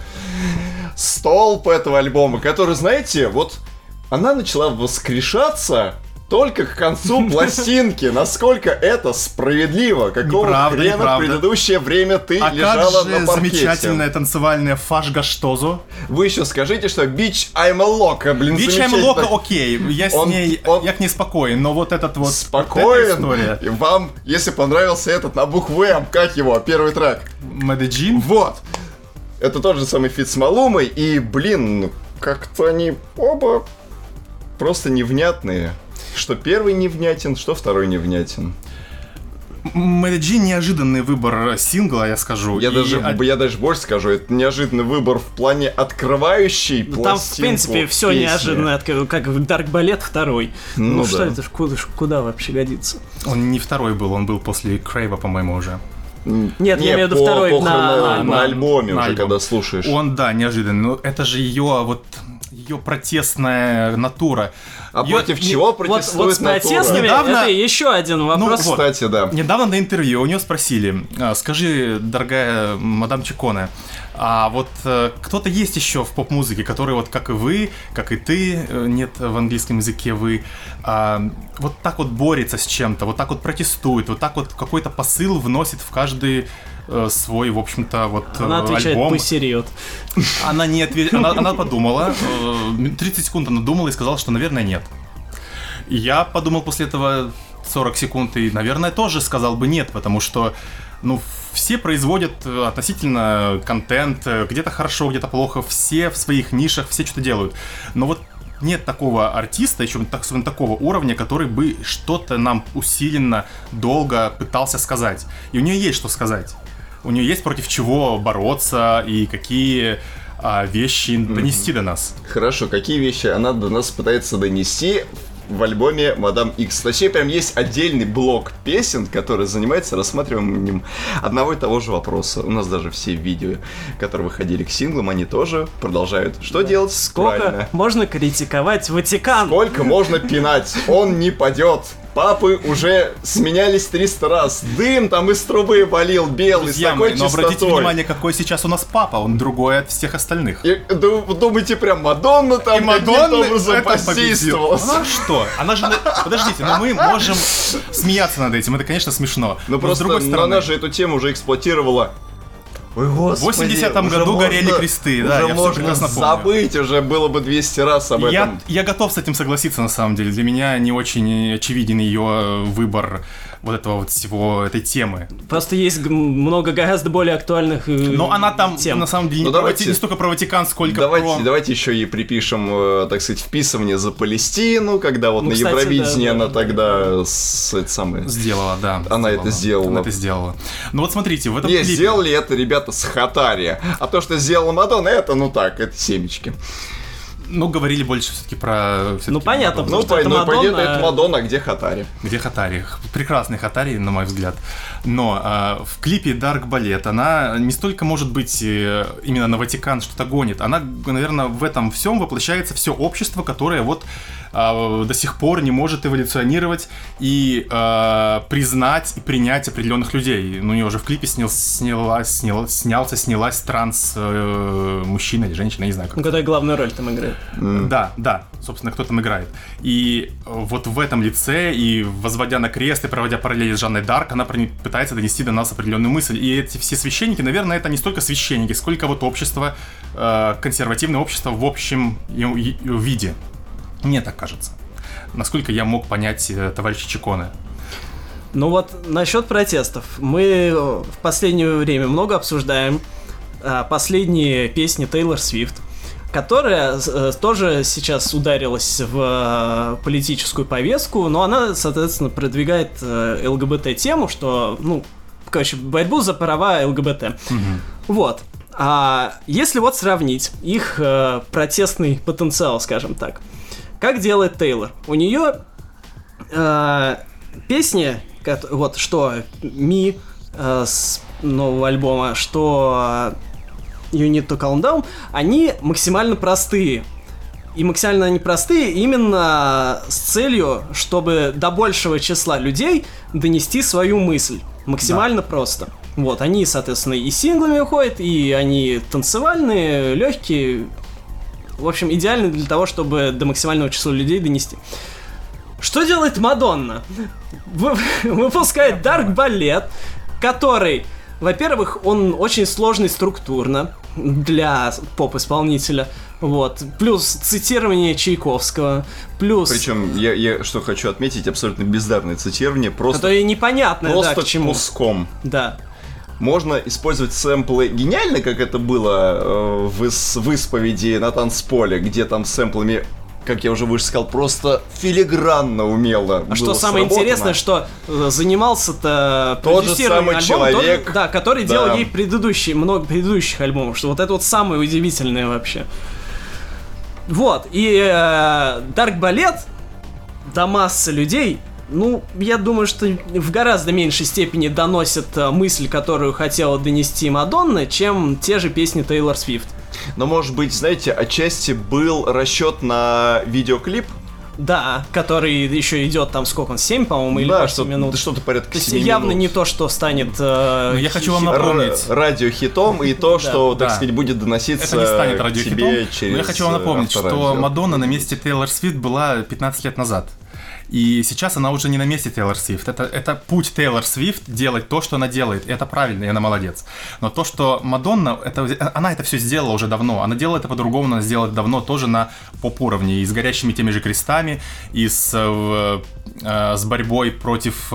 Speaker 2: столб этого альбома, который, знаете, вот она начала воскрешаться только к концу пластинки. Насколько это справедливо? Какого
Speaker 3: Неправда,
Speaker 2: хрена в
Speaker 3: неправда.
Speaker 2: предыдущее время ты
Speaker 3: А
Speaker 2: лежала
Speaker 3: как же
Speaker 2: на паркете?
Speaker 3: замечательная танцевальная Фаш Гаштозо.
Speaker 2: Вы еще скажите, что Bitch I'm a Loca, блин,
Speaker 3: Вич
Speaker 2: замечательно.
Speaker 3: Лока, окей, я с
Speaker 2: Он-
Speaker 3: ней,
Speaker 2: он-
Speaker 3: я к ней спокоен, но вот этот вот... вот эта
Speaker 2: Спокоен.
Speaker 3: история.
Speaker 2: И вам, если понравился этот на букву М, как его, первый трек?
Speaker 3: Медеджин.
Speaker 2: Вот. Это тот же самый фит с Малумой, и, блин, ну, как-то они оба просто невнятные. Что первый невнятен, что второй невнятен.
Speaker 3: Мэри Джи неожиданный выбор сингла, я скажу.
Speaker 2: Я,
Speaker 3: и...
Speaker 2: даже, я даже больше скажу, это неожиданный выбор в плане открывающей пластинку.
Speaker 1: Там, в принципе, все неожиданно, как Dark Ballet второй. Ну, ну что да. это, куда, куда вообще годится?
Speaker 3: Он не второй был, он был после Крейва, по-моему, уже.
Speaker 1: Нет,
Speaker 2: не,
Speaker 1: я имею в виду
Speaker 2: по,
Speaker 1: второй
Speaker 2: по
Speaker 1: на,
Speaker 2: на,
Speaker 1: на,
Speaker 2: на альбоме
Speaker 3: на
Speaker 2: уже,
Speaker 3: альбом.
Speaker 2: Когда слушаешь.
Speaker 3: Он, да, неожиданный. Но это же ее вот ее протестная натура.
Speaker 2: А
Speaker 3: её...
Speaker 2: против чего протестует
Speaker 1: вот, вот с протестными
Speaker 3: недавно...
Speaker 1: это еще один вопрос.
Speaker 3: Ну,
Speaker 2: кстати,
Speaker 3: вот.
Speaker 2: да.
Speaker 3: Недавно на интервью у нее спросили: скажи, дорогая мадам Чиконе, а вот э, кто-то есть еще в поп-музыке, который вот как и вы, как и ты, э, нет в английском языке вы, э, вот так вот борется с чем-то, вот так вот протестует, вот так вот какой-то посыл вносит в каждый э, свой, в общем-то, вот э,
Speaker 1: она отвечает,
Speaker 3: альбом.
Speaker 1: Посерьет.
Speaker 3: Она не ответила, она, она подумала, э, тридцать секунд она думала и сказала, что, наверное, нет. И я подумал после этого сорок секунд и, наверное, тоже сказал бы нет, потому что, ну, все производят относительно контент, где-то хорошо, где-то плохо, все в своих нишах, все что-то делают. Но вот нет такого артиста, еще особенно такого уровня, который бы что-то нам усиленно, долго пытался сказать. И у нее есть что сказать. У нее есть против чего бороться и какие а, вещи донести mm-hmm. до нас.
Speaker 2: Хорошо, какие вещи она до нас пытается донести в альбоме Мадам Икс. Точнее, прям есть отдельный блок песен, который занимается рассматриванием одного и того же вопроса. У нас даже все видео, которые выходили к синглам, они тоже продолжают. Что да. делать?
Speaker 1: Сколько
Speaker 2: правильно.
Speaker 1: Можно критиковать Ватикан?
Speaker 2: Сколько можно пинать? Он не падет. Папы уже сменялись триста раз. Дым там из трубы валил белый.
Speaker 3: Друзья
Speaker 2: с такой
Speaker 3: мои, но
Speaker 2: чистотой.
Speaker 3: обратите внимание, какой сейчас у нас папа. Он другой от всех остальных.
Speaker 2: И, думаете, прям Мадонна там каким-то образом воздействовала?
Speaker 3: Ну а что? Она же... Подождите, но мы можем смеяться над этим. Это, конечно, смешно.
Speaker 2: Но, но просто с другой стороны... она же эту тему уже эксплуатировала. Ой, господи,
Speaker 3: в восьмидесятом году
Speaker 2: можно,
Speaker 3: горели кресты, да,
Speaker 2: уже
Speaker 3: я
Speaker 2: можно
Speaker 3: все прекрасно помню.
Speaker 2: Забыть, уже было бы двести раз об
Speaker 3: я,
Speaker 2: этом.
Speaker 3: Я готов с этим согласиться, на самом деле. Для меня не очень очевиден ее выбор вот этого вот всего, этой темы.
Speaker 1: Просто есть много гораздо более актуальных
Speaker 3: Но она там,
Speaker 1: тем.
Speaker 3: на самом деле,
Speaker 2: ну,
Speaker 3: не,
Speaker 2: давайте,
Speaker 3: про, не столько про Ватикан, сколько
Speaker 2: давайте,
Speaker 3: про...
Speaker 2: Давайте еще ей припишем, так сказать, вписывание за Палестину, когда вот ну, на кстати, Евровидении да, она да, тогда да. С, это самое...
Speaker 3: Сделала, да.
Speaker 2: Она
Speaker 3: сделала.
Speaker 2: это сделала.
Speaker 3: Она это сделала. Ну вот смотрите, в этом
Speaker 2: Не,
Speaker 3: клипе...
Speaker 2: сделали это ребята с Хатари. А то, что сделала Мадонна, это, ну так, это семечки.
Speaker 3: Ну, говорили больше все-таки про... Все-таки
Speaker 1: ну, понятно,
Speaker 2: Мадонну.
Speaker 1: потому
Speaker 2: ну,
Speaker 1: что
Speaker 2: по,
Speaker 1: это
Speaker 2: ну,
Speaker 1: Мадонна...
Speaker 2: это Мадонна, а где Хатари?
Speaker 3: Где Хатари? Прекрасный Хатари, на мой взгляд. Но э, в клипе Dark Ballet она не столько, может быть, э, именно на Ватикан что-то гонит. Она, наверное, в этом всем воплощается все общество, которое вот э, до сих пор не может эволюционировать и э, признать и принять определенных людей. Ну, у нее уже в клипе снял, снялась, снял, снялся, снялась транс э, мужчина или женщина, не знаю как.
Speaker 1: Ну, когда главную роль там играет.
Speaker 3: Mm. Да, да, собственно, кто там играет. И вот в этом лице, и возводя на крест, и проводя параллели с Жанной Дарк, она пытается донести до нас определенную мысль. И эти все священники, наверное, это не столько священники, сколько вот общество, э, консервативное общество в общем виде. Мне так кажется. Насколько я мог понять э, товарища Чиконе.
Speaker 1: Ну вот, насчет протестов. Мы в последнее время много обсуждаем э, последние песни Тейлор Свифт, которая э, тоже сейчас ударилась в э, политическую повестку, но она, соответственно, продвигает э, ЛГБТ-тему, что, ну, короче, борьбу за права ЛГБТ. Mm-hmm. Вот. А если вот сравнить их э, протестный потенциал, скажем так, как делает Тейлор? У нее э, песни, как, вот, что «Me» э, с нового альбома, что... You Need to Calm Down, они максимально простые. И максимально они простые именно с целью, чтобы до большего числа людей донести свою мысль. Максимально да. просто. Вот, они, соответственно, и синглами уходят, и они танцевальные, легкие. В общем, идеальны для того, чтобы до максимального числа людей донести. Что делает Мадонна? Выпускает Dark Ballet, который... Во-первых, он очень сложный структурно для поп-исполнителя, вот, плюс цитирование Чайковского, плюс...
Speaker 2: Причем, я, я что хочу отметить, абсолютно бездарное цитирование, просто...
Speaker 1: Это и непонятно,
Speaker 2: просто
Speaker 1: да, к чему.
Speaker 2: куском.
Speaker 1: Да.
Speaker 2: Можно использовать сэмплы гениально, как это было э, в, в исповеди на танцполе, где там с сэмплами как я уже выше сказал, просто филигранно умело.
Speaker 1: А что самое интересное, что занимался-то
Speaker 2: тот же самый
Speaker 1: альбома,
Speaker 2: человек,
Speaker 1: тот, да, который да. делал ей предыдущие, много предыдущих альбомов, что вот это вот самое удивительное вообще. Вот, и э, Dark Ballet до массы людей, ну, я думаю, что в гораздо меньшей степени доносит э, мысль, которую хотела донести Мадонна, чем те же песни Тейлор Свифт.
Speaker 2: Но, может быть, знаете, отчасти был расчет на видеоклип.
Speaker 1: Да, который еще идет там сколько он, семь, по-моему, или
Speaker 2: да,
Speaker 1: восемь
Speaker 2: что,
Speaker 1: минут.
Speaker 2: Да, что-то порядка
Speaker 1: То есть
Speaker 2: семи
Speaker 1: явно
Speaker 2: минут.
Speaker 1: не то, что станет э,
Speaker 3: Но я хочу вам напомнить.
Speaker 2: Радиохитом, и то, что,
Speaker 3: да.
Speaker 2: так сказать, будет доноситься
Speaker 3: это не станет
Speaker 2: к тебе
Speaker 3: радиохитом,
Speaker 2: через
Speaker 3: но я хочу вам напомнить,
Speaker 2: авторадио.
Speaker 3: что Мадонна на месте Тейлор Свифт была пятнадцать лет назад. И сейчас она уже не на месте Тейлор Свифт. Это, это путь Тейлор Свифт делать то, что она делает. И это правильно, и она молодец. Но то, что Мадонна, это, она это все сделала уже давно. Она делала это по-другому, она сделала это давно тоже на поп-уровне. И с горящими теми же крестами, и с, э, э, с борьбой против...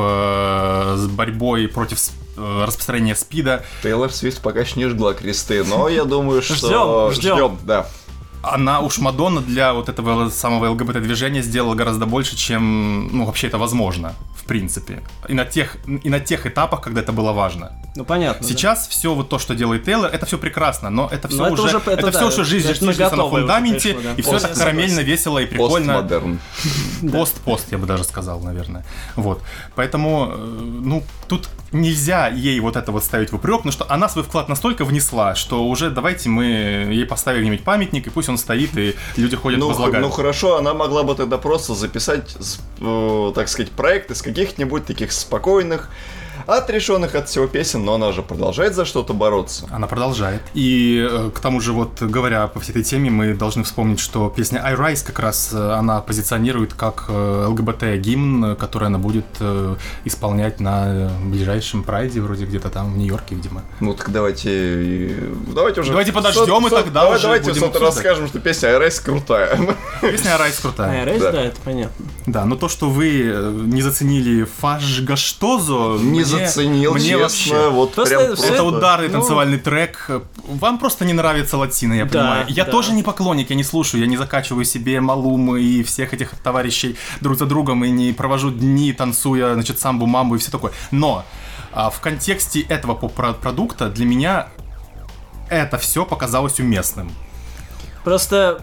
Speaker 3: Э, с борьбой против э, распространения СПИДа.
Speaker 2: Тейлор Свифт пока еще не жгла кресты, но я думаю, что...
Speaker 1: Ждем, ждем.
Speaker 2: Ждем, да.
Speaker 3: Она уж Мадонна для вот этого самого ЛГБТ-движения сделала гораздо больше, чем, ну, вообще это возможно, в принципе. И на тех, и на тех этапах, когда это было важно.
Speaker 1: Ну, понятно.
Speaker 3: Сейчас
Speaker 1: да.
Speaker 3: все вот то, что делает Тейлор, это все прекрасно, но это все
Speaker 1: но
Speaker 3: уже,
Speaker 1: это, уже, это,
Speaker 3: это
Speaker 1: да,
Speaker 3: все уже жизнь зиждется на фундаменте,
Speaker 1: уже пришло, да.
Speaker 3: и все так карамельно, весело и прикольно.
Speaker 2: Постмодерн.
Speaker 3: Пост-пост, я бы даже сказал, наверное. Вот. Поэтому, ну, тут нельзя ей вот это вот ставить в упрек, потому что она свой вклад настолько внесла, что уже давайте мы ей поставим где-нибудь памятник, и пусть он стоит, и люди ходят,
Speaker 2: ну,
Speaker 3: возлагают.
Speaker 2: Ну хорошо, она могла бы тогда просто записать, э, так сказать, проект из каких-нибудь таких спокойных, отрешенных от всего песен, но она же продолжает за что-то бороться.
Speaker 3: Она продолжает. И э, к тому же, вот говоря по всей этой теме, мы должны вспомнить, что песня I Rise как раз э, она позиционирует как э, ЛГБТ-гимн, который она будет э, исполнять на ближайшем прайде, вроде где-то там в Нью-Йорке, видимо.
Speaker 2: Ну так давайте... Давайте уже...
Speaker 3: Давайте подождем, и тогда
Speaker 2: давай,
Speaker 3: уже
Speaker 2: Давайте
Speaker 3: будем
Speaker 2: что-то
Speaker 3: обсуждать.
Speaker 2: расскажем, что песня I Rise крутая.
Speaker 3: Песня I Rise крутая.
Speaker 1: I Rise,
Speaker 2: да.
Speaker 1: да, это понятно.
Speaker 3: Да, но то, что вы не заценили фашгаштозу,
Speaker 2: Не
Speaker 3: мне,
Speaker 2: заценил,
Speaker 3: мне
Speaker 2: честно,
Speaker 3: вообще.
Speaker 2: вот
Speaker 1: Просто
Speaker 2: прям
Speaker 1: все
Speaker 3: Это
Speaker 2: просто...
Speaker 3: ударный
Speaker 1: ну...
Speaker 3: танцевальный трек. Вам просто не нравится латино, я
Speaker 1: да,
Speaker 3: понимаю. Я
Speaker 1: да.
Speaker 3: тоже не поклонник, я не слушаю, я не закачиваю себе Малумы и всех этих товарищей друг за другом и не провожу дни, танцуя, значит, самбу, мамбу и все такое. Но а, в контексте этого поп-продукта для меня это все показалось уместным.
Speaker 1: Просто,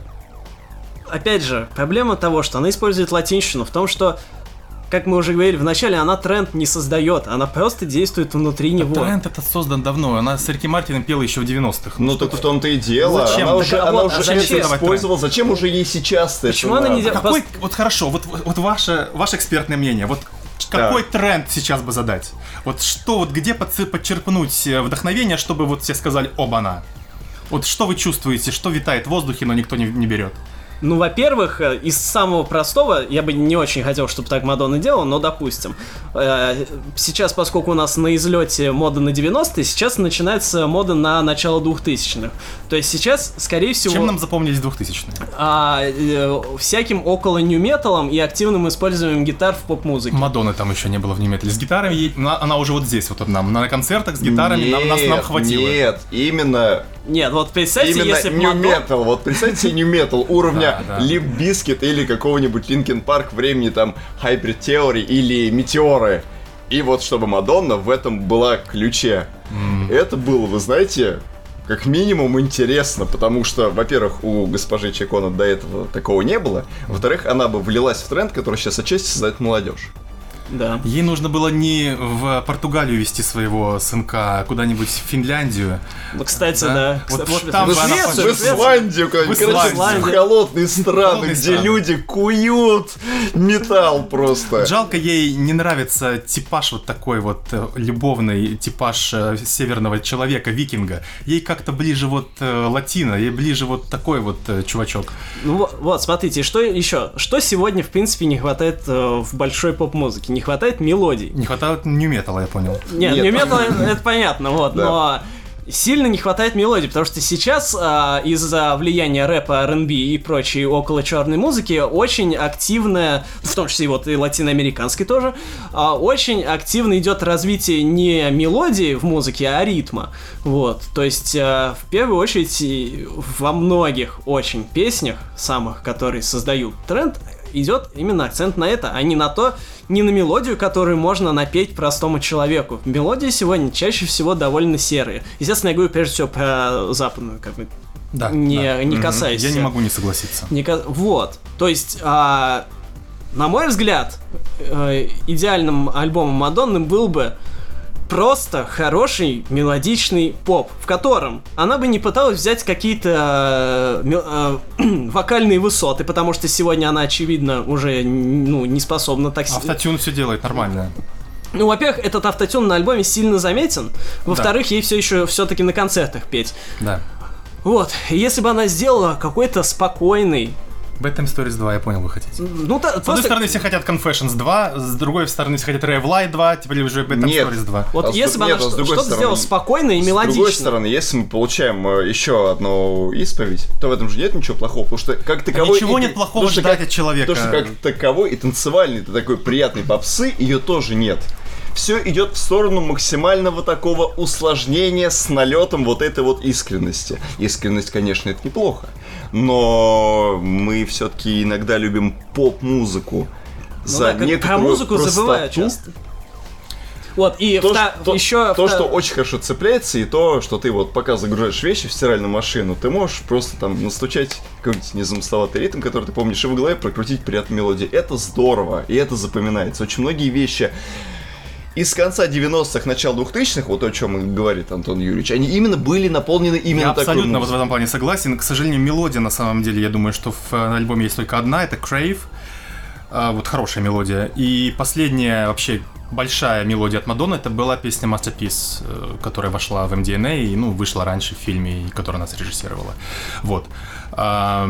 Speaker 1: опять же, проблема того, что она использует латинщину в том, что, как мы уже говорили в начале, она тренд не создает, она просто действует внутри него.
Speaker 3: Тренд этот создан давно, она с Рики Мартином пела еще в девяностых.
Speaker 2: Ну так в том-то и дело.
Speaker 3: Зачем?
Speaker 2: Она
Speaker 3: Так,
Speaker 2: уже,
Speaker 1: а
Speaker 2: она
Speaker 1: вот,
Speaker 2: уже
Speaker 1: а зачем
Speaker 2: это
Speaker 3: создавать
Speaker 2: использовала. Зачем уже ей сейчас-то
Speaker 1: Почему
Speaker 2: это
Speaker 1: она не
Speaker 2: надо?
Speaker 1: делает?
Speaker 3: Какой, вот хорошо, вот, вот ваше, ваше экспертное мнение, вот какой тренд сейчас бы задать? Вот что, вот где подцы- подчерпнуть вдохновение, чтобы вот все сказали «оба-на»? Вот что вы чувствуете, что витает в воздухе, но никто не, не берет?
Speaker 1: Ну, во-первых, из самого простого, я бы не очень хотел, чтобы так Мадонна делала, но допустим. Э, сейчас, поскольку у нас на излете мода на девяностые, сейчас начинается мода на начало двухтысячных. То есть сейчас, скорее всего...
Speaker 3: Чем нам запомнились двухтысячные?
Speaker 1: А, э, всяким около нью-металом и активным использованием гитар в поп-музыке.
Speaker 3: Мадонны там еще не было в нью-метале. С гитарами, ей- она, она уже вот здесь, вот нам, на концертах с гитарами
Speaker 2: Нет,
Speaker 3: нам, нас, нам хватило.
Speaker 2: Нет, именно...
Speaker 1: Нет, вот представьте,
Speaker 2: Именно
Speaker 1: если бы
Speaker 2: New
Speaker 1: Мадонна...
Speaker 2: Metal, вот представьте себе New Metal уровня
Speaker 3: Да, да.
Speaker 2: Limp Bizkit или какого-нибудь Linkin Park времени там Hybrid Theory или Метеоры. И вот чтобы Мадонна в этом была ключе.
Speaker 3: Mm.
Speaker 2: Это было, вы знаете, как минимум интересно, потому что, во-первых, у госпожи Чайкона до этого такого не было. Во-вторых, она бы влилась в тренд, который сейчас отчасти создает молодежь.
Speaker 1: Да.
Speaker 3: Ей нужно было не в Португалию вести своего сынка, а куда-нибудь в Финляндию.
Speaker 1: Ну, кстати,
Speaker 3: Да.
Speaker 1: да.
Speaker 3: Вот-
Speaker 1: Кстати,
Speaker 3: вот
Speaker 1: в
Speaker 3: там
Speaker 2: В
Speaker 3: бы она
Speaker 1: Швецию,
Speaker 2: в
Speaker 1: в Швецию.
Speaker 2: Исландию, куда-нибудь,
Speaker 3: В
Speaker 2: короче,
Speaker 1: Исландию.
Speaker 2: в холодные страны,
Speaker 3: Холодные
Speaker 2: где
Speaker 3: страны.
Speaker 2: люди куют металл просто.
Speaker 3: Жалко, ей не нравится типаж вот такой вот э, любовный типаж э, северного человека, викинга. Ей как-то ближе вот э, латино, ей ближе вот такой вот э, чувачок.
Speaker 1: Ну вот, вот, смотрите, что еще? Что сегодня, в принципе, не хватает э, в большой поп-музыке? Не хватает мелодий.
Speaker 3: Не хватает нью-металла, я понял.
Speaker 1: Нет,
Speaker 2: Нет.
Speaker 1: нью-метал, это понятно, вот,
Speaker 2: Да.
Speaker 1: но сильно не хватает мелодии, потому что сейчас а, из-за влияния рэпа, ар энд би и прочей около черной музыки очень активная, в том числе и вот и латиноамериканской тоже, а, очень активно идет развитие не мелодии в музыке, а ритма. Вот, то есть а, в первую очередь во многих очень песнях самых, которые создают тренд, идет именно акцент на это, а не на то, не на мелодию, которую можно напеть простому человеку. Мелодии сегодня чаще всего довольно серые. Естественно, я говорю прежде всего про западную, как бы,
Speaker 3: Да,
Speaker 1: не,
Speaker 3: да.
Speaker 1: не касаясь...
Speaker 3: Я не могу не согласиться.
Speaker 1: Не ка... Вот, то есть, а, на мой взгляд, э, идеальным альбомом Мадонны был бы просто хороший мелодичный поп, в котором она бы не пыталась взять какие-то э, э, вокальные высоты, потому что сегодня она, очевидно, уже ну, не способна так...
Speaker 3: Автотюн все делает нормально.
Speaker 1: Ну, во-первых, этот автотюн на альбоме сильно заметен, во-вторых, да. ей все еще все-таки на концертах петь.
Speaker 3: Да.
Speaker 1: Вот, если бы она сделала какой-то спокойный...
Speaker 3: Bedtime Stories два, я понял, вы хотите.
Speaker 1: Ну, та,
Speaker 3: с
Speaker 1: просто...
Speaker 3: одной стороны, все хотят Confessions два, с другой стороны, все хотят Ray of Light два, теперь уже Bedtime
Speaker 2: Нет.
Speaker 3: Stories два.
Speaker 1: Вот
Speaker 2: а
Speaker 1: если бы
Speaker 2: нет,
Speaker 1: она
Speaker 2: а
Speaker 1: что-то
Speaker 2: стороны,
Speaker 1: сделала спокойно и мелодично.
Speaker 2: С другой стороны, если мы получаем еще одну исповедь, то в этом же нет ничего плохого, потому что как таковой...
Speaker 3: А ничего
Speaker 2: и,
Speaker 3: нет плохого ждать
Speaker 2: как,
Speaker 3: от человека.
Speaker 2: То, что как таковой и танцевальный, ты такой приятной попсы, ее тоже нет. Все идет в сторону максимального такого усложнения с налетом вот этой вот искренности. Искренность, конечно, это неплохо, но мы все-таки иногда любим поп-музыку за
Speaker 1: ну, да,
Speaker 2: некоторую
Speaker 1: про музыку
Speaker 2: простоту.
Speaker 1: Забываю часто. Вот, и
Speaker 2: то,
Speaker 1: вта-
Speaker 2: что,
Speaker 1: еще...
Speaker 2: То,
Speaker 1: вта-
Speaker 2: что очень хорошо цепляется, и то, что ты вот пока загружаешь вещи в стиральную машину, ты можешь просто там настучать какой-нибудь незамысловатый ритм, который ты помнишь, и в голове прокрутить приятную мелодию. Это здорово, и это запоминается. Очень многие вещи... Из конца девяностых, начала двухтысячных, вот о чем говорит Антон Юрьевич, они именно были наполнены именно
Speaker 3: я
Speaker 2: такой
Speaker 3: абсолютно
Speaker 2: музыкой.
Speaker 3: вот в этом плане согласен. К сожалению, мелодия, на самом деле, я думаю, что в на альбоме есть только одна, это Crave. А, вот хорошая мелодия. И последняя вообще большая мелодия от Мадонны, это была песня Masterpiece, которая вошла в эм ди эн эй и, ну, вышла раньше в фильме, которая нас режиссировала. Вот. А,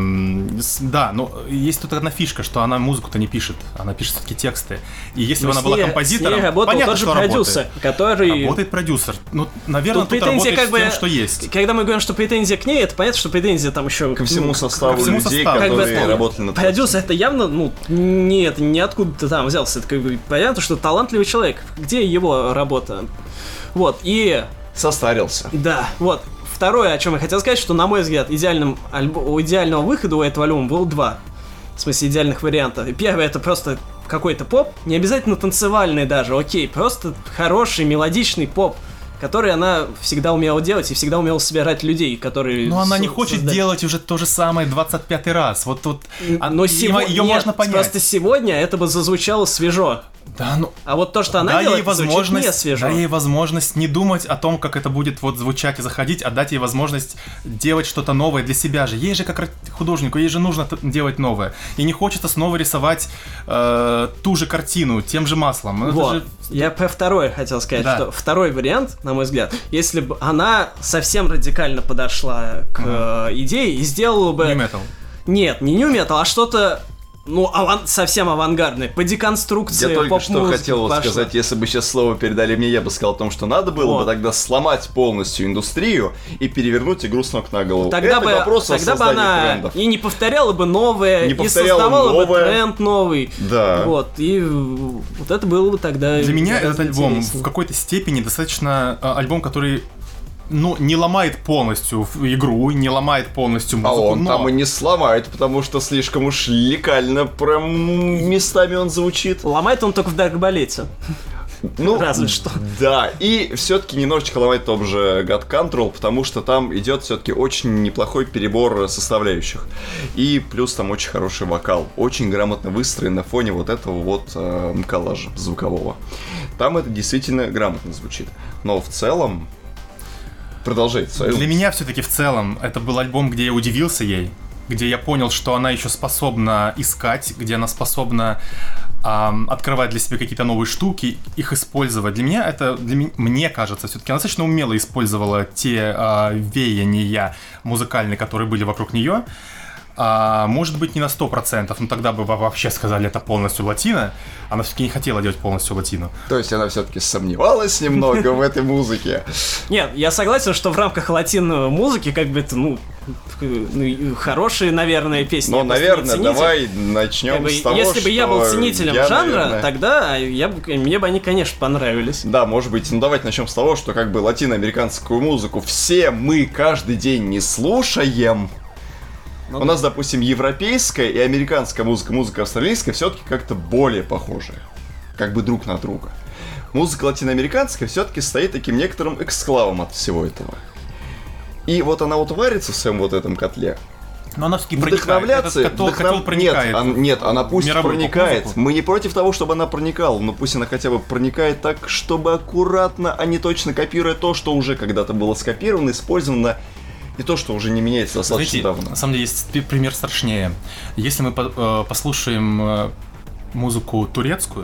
Speaker 3: да, но есть тут одна фишка, что она музыку-то не пишет, она пишет все-таки тексты. И если бы она была композитором,
Speaker 1: с ней работал
Speaker 3: понятно,
Speaker 1: тот же
Speaker 3: что
Speaker 1: продюсер,
Speaker 3: работает.
Speaker 1: который...
Speaker 3: Работает продюсер. Ну, наверное, тут,
Speaker 1: тут
Speaker 3: тут работает
Speaker 1: как
Speaker 3: с
Speaker 1: бы,
Speaker 3: тем, что есть.
Speaker 1: Когда мы говорим, что претензия к ней, это понятно, что претензия там еще...
Speaker 2: Ко всему составу
Speaker 3: ко всему
Speaker 2: людей,
Speaker 3: составу.
Speaker 2: которые
Speaker 1: как бы,
Speaker 2: работали над
Speaker 1: продюсер это явно, ну, нет, не откуда-то там взялся. Это как бы понятно, что талантливый человек. Где его работа? Вот, и...
Speaker 2: Состарился.
Speaker 1: Да, вот. Второе, о чем я хотел сказать, что, на мой взгляд, идеальным альбо... у идеального выхода у этого альбома было два. В смысле, идеальных вариантов. И первый — это просто какой-то поп, не обязательно танцевальный даже, окей, просто хороший, мелодичный поп, который она всегда умела делать и всегда умела собирать людей, которые...
Speaker 3: Но она не
Speaker 1: со-
Speaker 3: хочет
Speaker 1: создать.
Speaker 3: делать уже то же самое двадцать пятый раз. Вот тут
Speaker 1: Но сегодня...
Speaker 3: ее
Speaker 1: Нет,
Speaker 3: можно понять.
Speaker 1: просто сегодня это бы зазвучало свежо.
Speaker 3: Да, ну,
Speaker 1: А вот то, что она
Speaker 3: дай ей
Speaker 1: делает, звучит не
Speaker 3: возможность,
Speaker 1: свежо.
Speaker 3: дай ей возможность не думать о том, как это будет вот звучать и заходить, а дать ей возможность делать что-то новое для себя же. Ей же, как художнику, ей же нужно т- делать новое. И не хочется снова рисовать э, ту же картину тем же маслом. Ну, это
Speaker 1: Вот.
Speaker 3: же-
Speaker 1: Я про второе хотел сказать,
Speaker 3: Да.
Speaker 1: что второй вариант, на мой взгляд, если бы она совсем радикально подошла к
Speaker 3: Ага.
Speaker 1: э, идее и сделала бы...
Speaker 3: New metal.
Speaker 1: Нет, не нью метал, а что-то, ну, аван... совсем авангардное, по деконструкции
Speaker 2: Я только что
Speaker 1: поп-музыки
Speaker 2: хотел вот
Speaker 1: пошла.
Speaker 2: сказать, если бы сейчас слово передали мне, я бы сказал о том, что надо было
Speaker 1: Вот.
Speaker 2: бы тогда сломать полностью индустрию и перевернуть игру с ног на голову.
Speaker 1: Тогда
Speaker 2: Это
Speaker 1: бы,
Speaker 2: вопрос о
Speaker 1: тогда бы
Speaker 2: создании
Speaker 1: она
Speaker 2: трендов.
Speaker 1: и не повторяла бы новое,
Speaker 2: Не
Speaker 1: и
Speaker 2: повторяла
Speaker 1: создавала бы
Speaker 2: новое.
Speaker 1: тренд новый.
Speaker 2: Да.
Speaker 1: Вот, и э, вот это было бы тогда...
Speaker 3: Для меня
Speaker 1: гораздо
Speaker 3: этот альбом
Speaker 1: интереснее.
Speaker 3: в какой-то степени достаточно а, альбом, который, ну, не ломает полностью в- игру, не ломает полностью
Speaker 2: А
Speaker 3: музыку,
Speaker 2: он
Speaker 3: но...
Speaker 2: там и не сломает, потому что слишком уж лекально прям местами он звучит.
Speaker 1: Ломает он только в Даркбалете.
Speaker 2: Ну,
Speaker 1: Разве что.
Speaker 2: Да, и все-таки немножечко ломает том же God Control, потому что там идет все-таки очень неплохой перебор составляющих. И плюс там очень хороший вокал, очень грамотно выстроен на фоне вот этого вот э, коллажа звукового. Там это действительно грамотно звучит. Но в целом... Продолжайте свою.
Speaker 3: Для меня все-таки в целом это был альбом, где я удивился ей, где я понял, что она еще способна искать, где она способна ам, открывать для себя какие-то новые штуки, их использовать. Для меня это, для ми- мне кажется, все-таки она достаточно умело использовала те а, веяния музыкальные, которые были вокруг нее. А, может быть, не на сто процентов, но тогда бы вообще сказали, это полностью латино. Она все-таки не хотела делать полностью латино.
Speaker 2: То есть она все-таки сомневалась немного в этой музыке.
Speaker 1: Нет, я согласен, что в рамках латино-музыки, как бы это, ну, хорошие, наверное, песни.
Speaker 2: Ну, наверное, давай начнем
Speaker 1: как бы,
Speaker 2: с того,
Speaker 1: если бы я был ценителем
Speaker 2: я,
Speaker 1: жанра,
Speaker 2: наверное...
Speaker 1: тогда я бы, мне бы они, конечно, понравились.
Speaker 2: Да, может быть. Ну, давайте начнем с того, что как бы латиноамериканскую музыку все мы каждый день не слушаем. Ну, У да. нас, допустим, европейская и американская музыка, музыка австралийская все-таки как-то более похожие. Как бы друг на друга. Музыка латиноамериканская все-таки стоит таким некоторым эксклавом от всего этого. И вот она вот варится в своем вот этом котле.
Speaker 3: Но она все-таки
Speaker 2: вдохновляться,
Speaker 3: проникает. Этот котел, котел проникает.
Speaker 2: Нет, он, нет, она пусть проникает.
Speaker 3: Музыку.
Speaker 2: Мы не против того, чтобы она проникала, но пусть она хотя бы проникает так, чтобы аккуратно, а не точно копируя то, что уже когда-то было скопировано, использовано, и то, что уже не меняется достаточно
Speaker 3: Знаете,
Speaker 2: давно.
Speaker 3: На самом деле есть пример страшнее. Если мы по- э, послушаем э, музыку турецкую,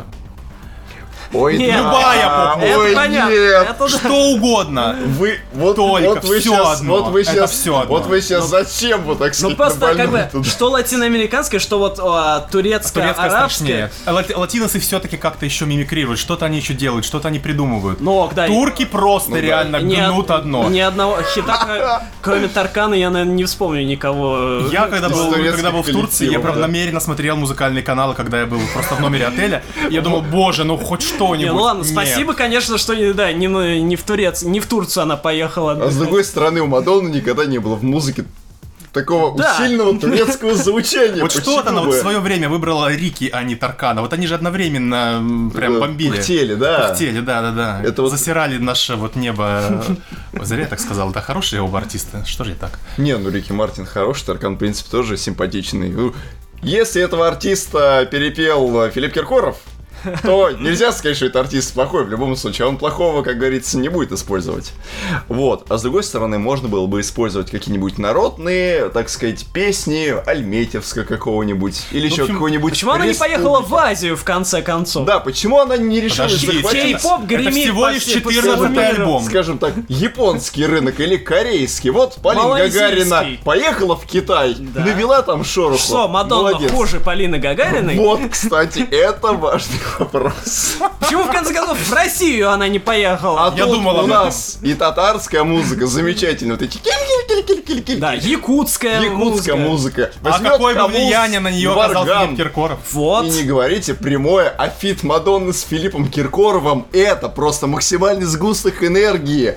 Speaker 2: Ой,
Speaker 1: нет,
Speaker 3: любая поп-музыка.
Speaker 1: Это
Speaker 2: Ой,
Speaker 1: понятно.
Speaker 2: нет.
Speaker 1: Это...
Speaker 3: Что угодно.
Speaker 2: Вы вот,
Speaker 3: Только
Speaker 2: вот вы
Speaker 3: всё
Speaker 2: сейчас,
Speaker 3: одно.
Speaker 2: вот вы
Speaker 3: Это
Speaker 2: сейчас,
Speaker 3: всё одно.
Speaker 2: вот вы сейчас
Speaker 1: Ну,
Speaker 2: зачем вот так
Speaker 1: Ну
Speaker 2: сказать?
Speaker 1: просто как бы,
Speaker 2: туда?
Speaker 1: что латиноамериканское, что вот а, турецкое,
Speaker 3: Турецкая
Speaker 1: арабское.
Speaker 3: страшнее. А лати- латиносы все-таки как-то еще мимикрируют, что-то они еще делают, что-то они придумывают.
Speaker 1: Но, да,
Speaker 3: Турки просто
Speaker 2: Ну да.
Speaker 3: реально
Speaker 1: ни
Speaker 3: гнут
Speaker 1: од-
Speaker 3: одно.
Speaker 1: Ни одного хита, кроме Таркана, я, наверное, не вспомню никого.
Speaker 3: Я когда был,
Speaker 2: турецких
Speaker 3: когда был в Турции, я
Speaker 2: коллективов,
Speaker 3: правда
Speaker 2: да.
Speaker 3: намеренно смотрел музыкальные каналы, когда я был просто в номере отеля. Я думал, боже, ну хоть что-нибудь.
Speaker 1: Не, ну ладно,
Speaker 3: Нет.
Speaker 1: спасибо, конечно, что не, да, не, на- не в Турец, не в Турцию она поехала.
Speaker 2: А с другой стороны, у Мадонны никогда не было в музыке такого
Speaker 1: Да.
Speaker 2: усиленного турецкого звучания.
Speaker 3: Вот
Speaker 2: Почему
Speaker 3: что-то она вот
Speaker 2: бы?
Speaker 3: в свое время выбрала Рики, а не Таркана. Вот они же одновременно м, прям
Speaker 2: Да,
Speaker 3: бомбили.
Speaker 2: пыхтели, да.
Speaker 3: Пыхтели, да-да-да.
Speaker 2: Это вот-
Speaker 3: Засирали наше вот небо. Ой, зря я так сказал. Да хорошие оба артисты. Что же я так?
Speaker 2: Не, ну Рики Мартин хороший, Таркан, в принципе, тоже симпатичный. Ну, если этого артиста перепел Филипп Киркоров, то нельзя сказать, что это артист плохой. В любом случае, он плохого, как говорится, не будет использовать. Вот. А с другой стороны, можно было бы использовать какие-нибудь народные, так сказать, песни Альметьевска какого-нибудь. Или
Speaker 3: в
Speaker 2: еще
Speaker 3: общем,
Speaker 2: какого-нибудь...
Speaker 1: Почему она не
Speaker 2: республики.
Speaker 1: поехала в Азию, в конце концов?
Speaker 2: Да, почему она не решилась
Speaker 3: Подожди,
Speaker 2: захватить,
Speaker 1: Кей-поп гремит
Speaker 3: это всего
Speaker 1: по
Speaker 3: лишь
Speaker 1: всей- по
Speaker 3: четырнадцатый
Speaker 1: всему миру.
Speaker 3: альбом.
Speaker 2: скажем так, японский рынок или корейский? Вот Полина
Speaker 1: Малайзийский.
Speaker 2: Гагарина поехала в Китай,
Speaker 1: Да.
Speaker 2: навела там шороху.
Speaker 1: Что, Мадонна
Speaker 2: Молодец.
Speaker 1: хуже Полины Гагариной?
Speaker 2: Вот, кстати, это важный вопрос.
Speaker 1: Почему, в конце концов, в Россию она не поехала?
Speaker 2: А
Speaker 3: Я
Speaker 2: тут
Speaker 3: думал
Speaker 2: у
Speaker 3: об
Speaker 2: нас и татарская музыка замечательная. Вот эти киль-киль-киль-киль-киль-киль.
Speaker 1: Да, якутская,
Speaker 2: Якутская
Speaker 1: музыка.
Speaker 2: музыка.
Speaker 3: А
Speaker 2: Возьмет
Speaker 3: какое бы
Speaker 2: Камуз,
Speaker 3: влияние на нее оказал
Speaker 2: Варган.
Speaker 3: Филипп Киркоров?
Speaker 1: Вот.
Speaker 2: И не говорите прямое, а фит Мадонны с Филиппом Киркоровым — это просто максимальный сгусток энергии,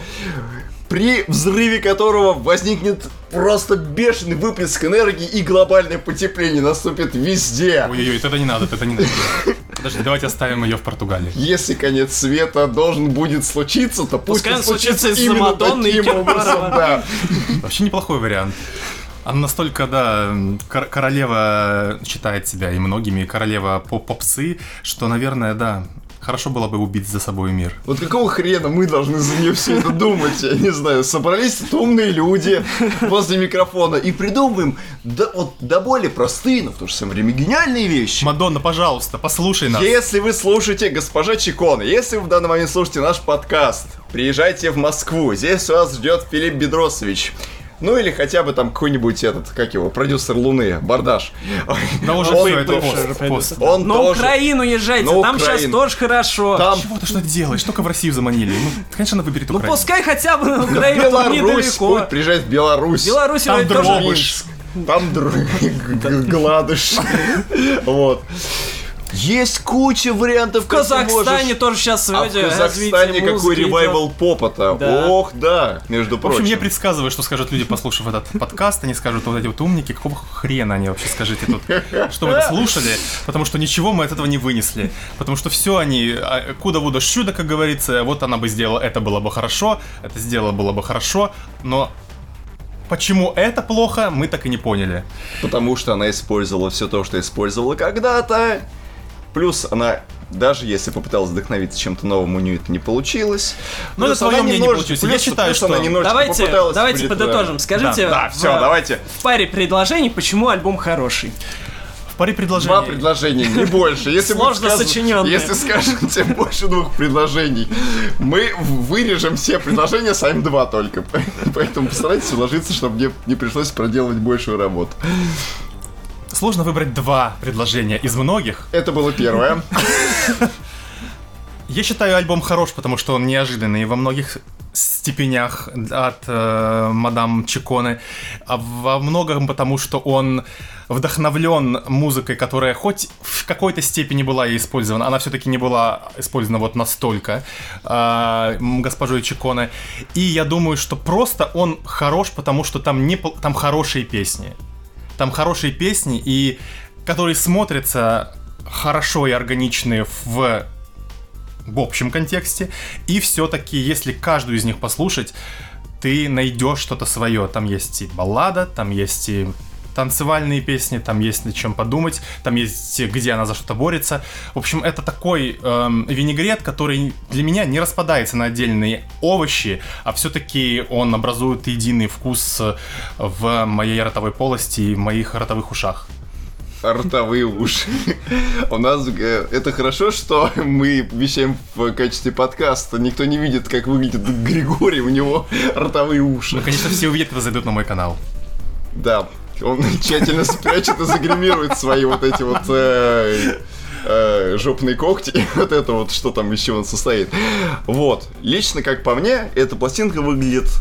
Speaker 2: при взрыве которого возникнет просто бешеный выплеск энергии и глобальное потепление наступит везде.
Speaker 3: Ой-ой-ой, это не надо, это не надо. Подожди, давайте оставим ее в Португалии.
Speaker 2: Если конец света должен будет случиться, то пусть
Speaker 1: Пускай
Speaker 2: он
Speaker 1: он случится
Speaker 2: случится
Speaker 1: из-за
Speaker 2: именно
Speaker 1: Мадонны и
Speaker 2: таким образом,
Speaker 1: Киркорова.
Speaker 2: да.
Speaker 3: Вообще неплохой вариант. Она настолько, да, кор- королева считает себя и многими, королева поп-попсы, что, наверное, да, хорошо было бы убить за собой мир.
Speaker 2: Вот какого хрена мы должны за нее все это думать? Я не знаю. Собрались тут умные люди возле микрофона и придумываем да, вот, до более простые, но в то же самое время гениальные вещи.
Speaker 3: Мадонна, пожалуйста, послушай нас.
Speaker 2: Если вы слушаете, госпожа Чикона, если вы в данный момент слушаете наш подкаст, приезжайте в Москву. Здесь вас ждет Филипп Бедросович. Ну или хотя бы там какой-нибудь этот, как его, продюсер Луны, Бардаш.
Speaker 3: Да уже
Speaker 2: Он
Speaker 3: все, это
Speaker 2: тоже-
Speaker 3: пост, пост.
Speaker 2: Он
Speaker 1: На
Speaker 2: тоже...
Speaker 1: Украину езжайте,
Speaker 2: На
Speaker 1: там сейчас
Speaker 2: Украину.
Speaker 1: тоже хорошо.
Speaker 2: Там
Speaker 3: Чего ты что делаешь? Только в Россию заманили. Ну, конечно, она выберет
Speaker 1: Ну
Speaker 3: Украину.
Speaker 1: пускай хотя бы на Украину, тут
Speaker 2: Беларусь,
Speaker 1: недалеко.
Speaker 2: пусть приезжает в Беларусь.
Speaker 1: Беларусь
Speaker 3: Там
Speaker 1: вроде тоже...
Speaker 3: дробыш.
Speaker 2: Там др- гладыш. Вот. Есть куча вариантов,
Speaker 1: В Казахстане тоже сейчас
Speaker 2: А в
Speaker 1: вроде
Speaker 2: Казахстане
Speaker 1: развитие
Speaker 2: какой
Speaker 1: музыки
Speaker 2: ревайвал попа-то.
Speaker 1: Да.
Speaker 2: Ох, да, между
Speaker 3: В общем,
Speaker 2: прочим.
Speaker 3: я предсказываю, что скажут люди, послушав этот подкаст, они скажут, вот эти вот умники, какого хрена они вообще, скажите тут, что вы это слушали, потому что ничего мы от этого не вынесли, потому что все они, а, куда-вуда щуда, как говорится, вот она бы сделала, это было бы хорошо, это сделала было бы хорошо, но почему это плохо, мы так и не поняли.
Speaker 2: Потому что она использовала все то, что использовала когда-то. Плюс она, даже если попыталась вдохновиться чем-то новым, у нее это не получилось.
Speaker 3: Ну,
Speaker 2: Плюс
Speaker 3: это твое
Speaker 2: она
Speaker 3: мнение не
Speaker 2: немножечко-
Speaker 3: получилось. Я
Speaker 2: плюс-
Speaker 3: считаю,
Speaker 2: плюс
Speaker 3: что-
Speaker 2: она немножечко
Speaker 1: Давайте,
Speaker 2: попыталась
Speaker 1: давайте
Speaker 2: будет,
Speaker 1: подытожим. Скажите,
Speaker 2: Да,
Speaker 1: в-
Speaker 2: все, давайте.
Speaker 1: в паре предложений, почему альбом хороший.
Speaker 3: В Паре предложений.
Speaker 2: Два предложения, не больше. Если
Speaker 1: Сложно
Speaker 2: скажем,
Speaker 1: сочинённые.
Speaker 2: Если скажете больше двух предложений, мы вырежем все предложения, сами два только. Поэтому постарайтесь уложиться, чтобы мне не пришлось проделывать большую работу.
Speaker 3: Сложно выбрать два предложения из многих.
Speaker 2: Это было первое.
Speaker 3: Я считаю альбом хорош, потому что он неожиданный во многих степенях от э, мадам Чиконе, а во многом потому, что он вдохновлен музыкой, которая хоть в какой-то степени была и использована, она все-таки не была использована вот настолько э, госпожой Чиконе. И я думаю, что просто он хорош, потому что там, не, там хорошие песни. Там хорошие песни, и которые смотрятся хорошо и органичные в... в общем контексте, и все-таки, если каждую из них послушать, ты найдешь что-то свое. Там есть и баллада, там есть и танцевальные песни, там есть над чем подумать, там есть где она за что-то борется. В общем, это такой эм, винегрет, который для меня не распадается на отдельные овощи, а все-таки он образует единый вкус в моей ротовой полости и в моих ротовых ушах.
Speaker 2: Ротовые уши. У нас э, это хорошо, что мы вещаем в качестве подкаста. Никто не видит, как выглядит Григорий, у него ротовые уши.
Speaker 3: Ну, конечно, все увидят, когда зайдут на мой канал.
Speaker 2: Да, он тщательно спрячет и загримирует свои вот эти вот э, э, жопные когти. Вот это вот, что там еще он состоит. Вот. Лично, как по мне, эта пластинка выглядит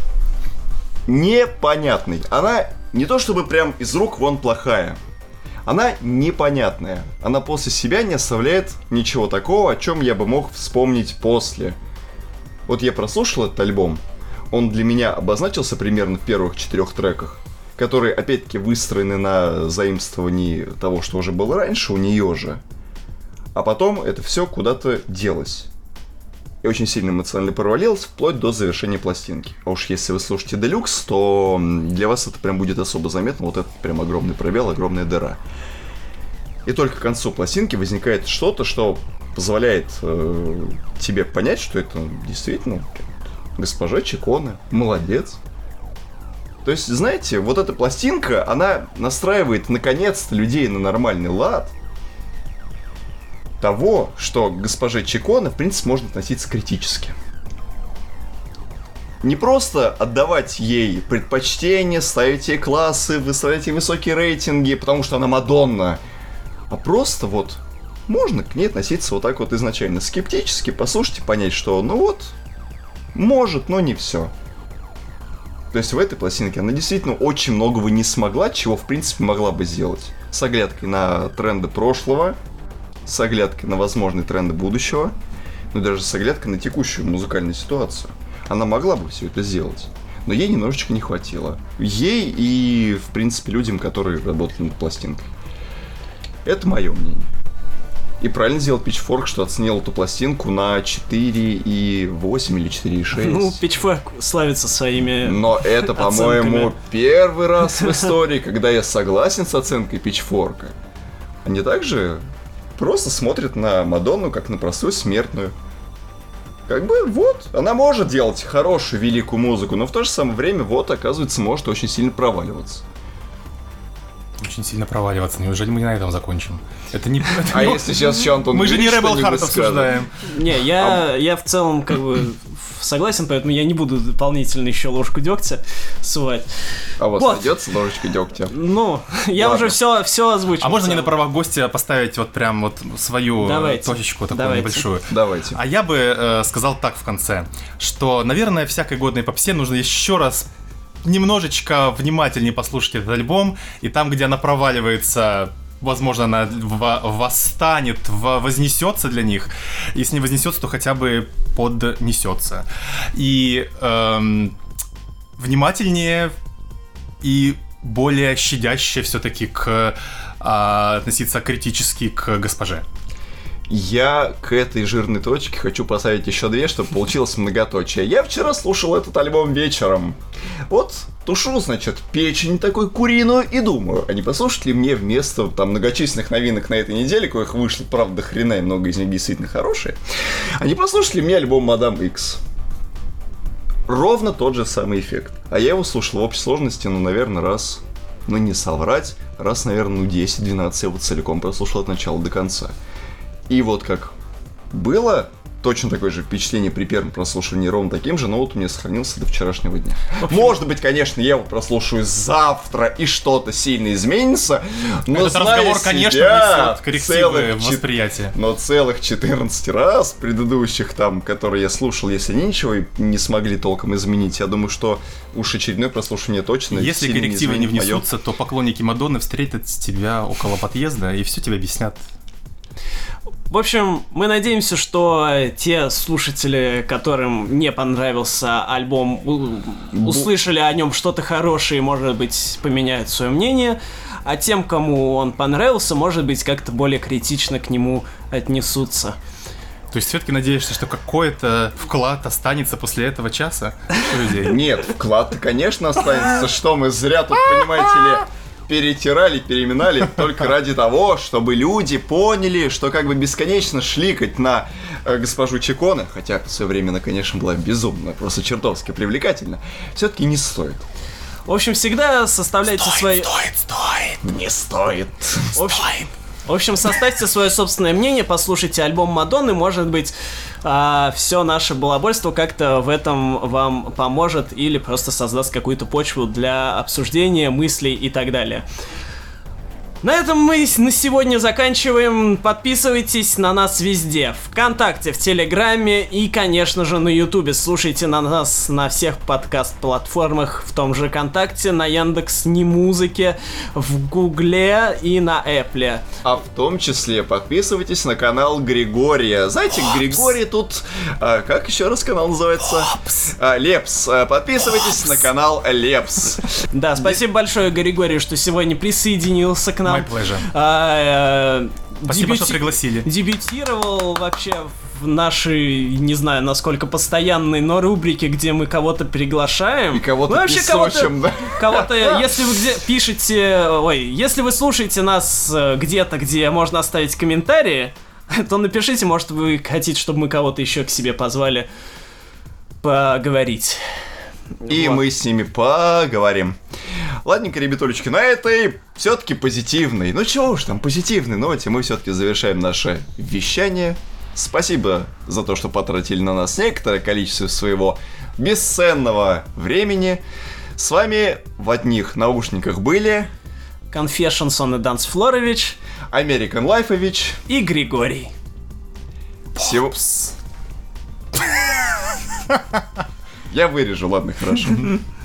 Speaker 2: непонятной. Она не то чтобы прям из рук вон плохая. Она непонятная. Она после себя не оставляет ничего такого, о чем я бы мог вспомнить после. Вот я прослушал этот альбом. Он для меня обозначился примерно в первых четырех треках, которые, опять-таки, выстроены на заимствовании того, что уже было раньше у нее же. А потом это все куда-то делось. И очень сильно эмоционально провалилось, вплоть до завершения пластинки. А уж если вы слушаете Делюкс, то для вас это прям будет особо заметно. Вот это прям огромный пробел, огромная дыра. И только к концу пластинки возникает что-то, что позволяет э, тебе понять, что это действительно госпожа Чиконе. Молодец. То есть, знаете, вот эта пластинка, она настраивает наконец-то людей на нормальный лад того, что к госпоже Чиконе, в принципе, можно относиться критически. Не просто отдавать ей предпочтение, ставить ей классы, выставлять ей высокие рейтинги, потому что она Мадонна, а просто вот можно к ней относиться вот так вот изначально скептически, послушать и понять, что ну вот, может, но не все. То есть в этой пластинке она действительно очень многого не смогла, чего в принципе могла бы сделать. С оглядкой на тренды прошлого, с оглядкой на возможные тренды будущего, но даже с оглядкой на текущую музыкальную ситуацию. Она могла бы все это сделать, но ей немножечко не хватило. Ей и, в принципе, людям, которые работали над пластинкой. Это мое мнение. И правильно сделал Pitchfork, что оценил эту пластинку на четыре и восемь или четыре и шесть.
Speaker 1: Ну, Pitchfork славится своими
Speaker 2: Но это, по-моему, первый раз в истории, когда я согласен с оценкой Pitchfork. Они также просто смотрят на Мадонну как на простую смертную. Как бы вот, она может делать хорошую, великую музыку, но в то же самое время, вот, оказывается, может очень сильно проваливаться.
Speaker 3: Очень сильно проваливаться. Неужели мы на этом закончим? Это не... Это
Speaker 2: а
Speaker 3: не...
Speaker 2: если сейчас еще Антон
Speaker 3: Мы же не Rebel Heart
Speaker 2: скажет.
Speaker 3: обсуждаем.
Speaker 1: Не, я, а... я в целом как бы согласен, поэтому я не буду дополнительно еще ложку дегтя сувать.
Speaker 2: А у вас
Speaker 1: вот.
Speaker 2: найдется ложечка дегтя?
Speaker 1: Ну, я Ладно. уже все, все озвучил.
Speaker 3: А можно мне на правах гостя поставить вот прям вот свою
Speaker 1: Давайте.
Speaker 3: точечку такую
Speaker 1: Давайте.
Speaker 3: небольшую?
Speaker 2: Давайте.
Speaker 3: А я бы э, сказал так в конце, что, наверное, всякой годной попсе нужно еще раз немножечко внимательнее послушать этот альбом, и там, где она проваливается, возможно, она восстанет, вознесется для них. Если не вознесется, то хотя бы поднесется. И эм, внимательнее и более щадяще все-таки к, э, относиться критически к госпоже.
Speaker 2: Я к этой жирной точке хочу поставить еще две, чтобы получилось многоточие. Я вчера слушал этот альбом вечером. Вот тушу, значит, печень такой куриную и думаю, а не послушать ли мне вместо там многочисленных новинок на этой неделе, коих вышло, правда, хрена, и много из них действительно хорошие, а не послушать ли мне альбом Мадам Икс? Ровно тот же самый эффект. А я его слушал в общей сложности, ну, наверное, раз ну не соврать, раз, наверное, ну десять-двенадцать я вот целиком прослушал от начала до конца. И вот как было точно такое же впечатление при первом прослушивании, ровно таким же, но вот у меня сохранился до вчерашнего дня. Общем... Может быть, конечно, я его прослушаю завтра, и что-то сильно изменится, но
Speaker 3: этот разговор,
Speaker 2: себя,
Speaker 3: конечно, несет коррективы
Speaker 2: целых
Speaker 3: восприятия.
Speaker 2: Но целых четырнадцать раз предыдущих там, которые я слушал, если они ничего не смогли толком изменить, я думаю, что уж очередное прослушивание точно
Speaker 3: если коррективы не,
Speaker 2: не
Speaker 3: внесутся, то поклонники Мадонны встретят тебя около подъезда и все тебе объяснят.
Speaker 1: В общем, мы надеемся, что те слушатели, которым не понравился альбом, услышали о нем что-то хорошее и, может быть, поменяют свое мнение. А тем, кому он понравился, может быть, как-то более критично к нему отнесутся.
Speaker 3: То есть все-таки надеешься, что какой-то вклад останется после этого часа у людей?
Speaker 2: Нет, вклад-то, конечно, останется. Что мы зря тут, понимаете ли, перетирали, переминали только ради того, чтобы люди поняли, что как бы бесконечно шликать на э, госпожу Чиконе, хотя в свое время она, конечно, была безумно, просто чертовски привлекательна, все-таки не стоит.
Speaker 1: В общем, всегда составляйте
Speaker 3: стоит,
Speaker 1: свои...
Speaker 3: Стоит, стоит,
Speaker 2: не стоит.
Speaker 1: В общем, в общем, составьте свое собственное мнение, послушайте альбом Мадонны, может быть, а, все наше балабольство как-то в этом вам поможет или просто создаст какую-то почву для обсуждения, мыслей и так далее. На этом мы на сегодня заканчиваем. Подписывайтесь на нас везде. ВКонтакте, в Телеграме и, конечно же, на Ютубе. Слушайте на нас на всех подкаст-платформах, в том же ВКонтакте, на Яндекс.Немузыке, в Гугле и на Эпле.
Speaker 2: А в том числе подписывайтесь на канал Григория. Знаете, Опс. Григорий тут... А, как еще раз канал называется? А, Лепс. А, подписывайтесь Опс. на канал Лепс.
Speaker 1: Да, спасибо большое, Григорию, что сегодня присоединился к нам.
Speaker 3: My pleasure.
Speaker 1: А, э,
Speaker 3: Спасибо,
Speaker 1: дебюти...
Speaker 3: что пригласили.
Speaker 1: Дебютировал вообще в нашей, не знаю, насколько постоянной, но рубрике, где мы кого-то приглашаем.
Speaker 2: И кого-то
Speaker 1: ну, вообще
Speaker 2: песочим,
Speaker 1: кого-то,
Speaker 2: да?
Speaker 1: Кого-то, если вы где пишете, ой, если вы слушаете нас где-то, где можно оставить комментарии, то напишите, может, вы хотите, чтобы мы кого-то еще к себе позвали поговорить.
Speaker 2: И вот. Мы с ними поговорим. Ладненько, ребятулечки, на этой все-таки позитивной, ну чего уж там, позитивной ноте мы все-таки завершаем наше вещание. Спасибо за то, что потратили на нас некоторое количество своего бесценного времени. С вами в одних наушниках были
Speaker 1: Confessions on a Dance Florovich,
Speaker 2: American Lifeovich
Speaker 1: и Григорий.
Speaker 2: Всего... Я вырежу, ладно, хорошо.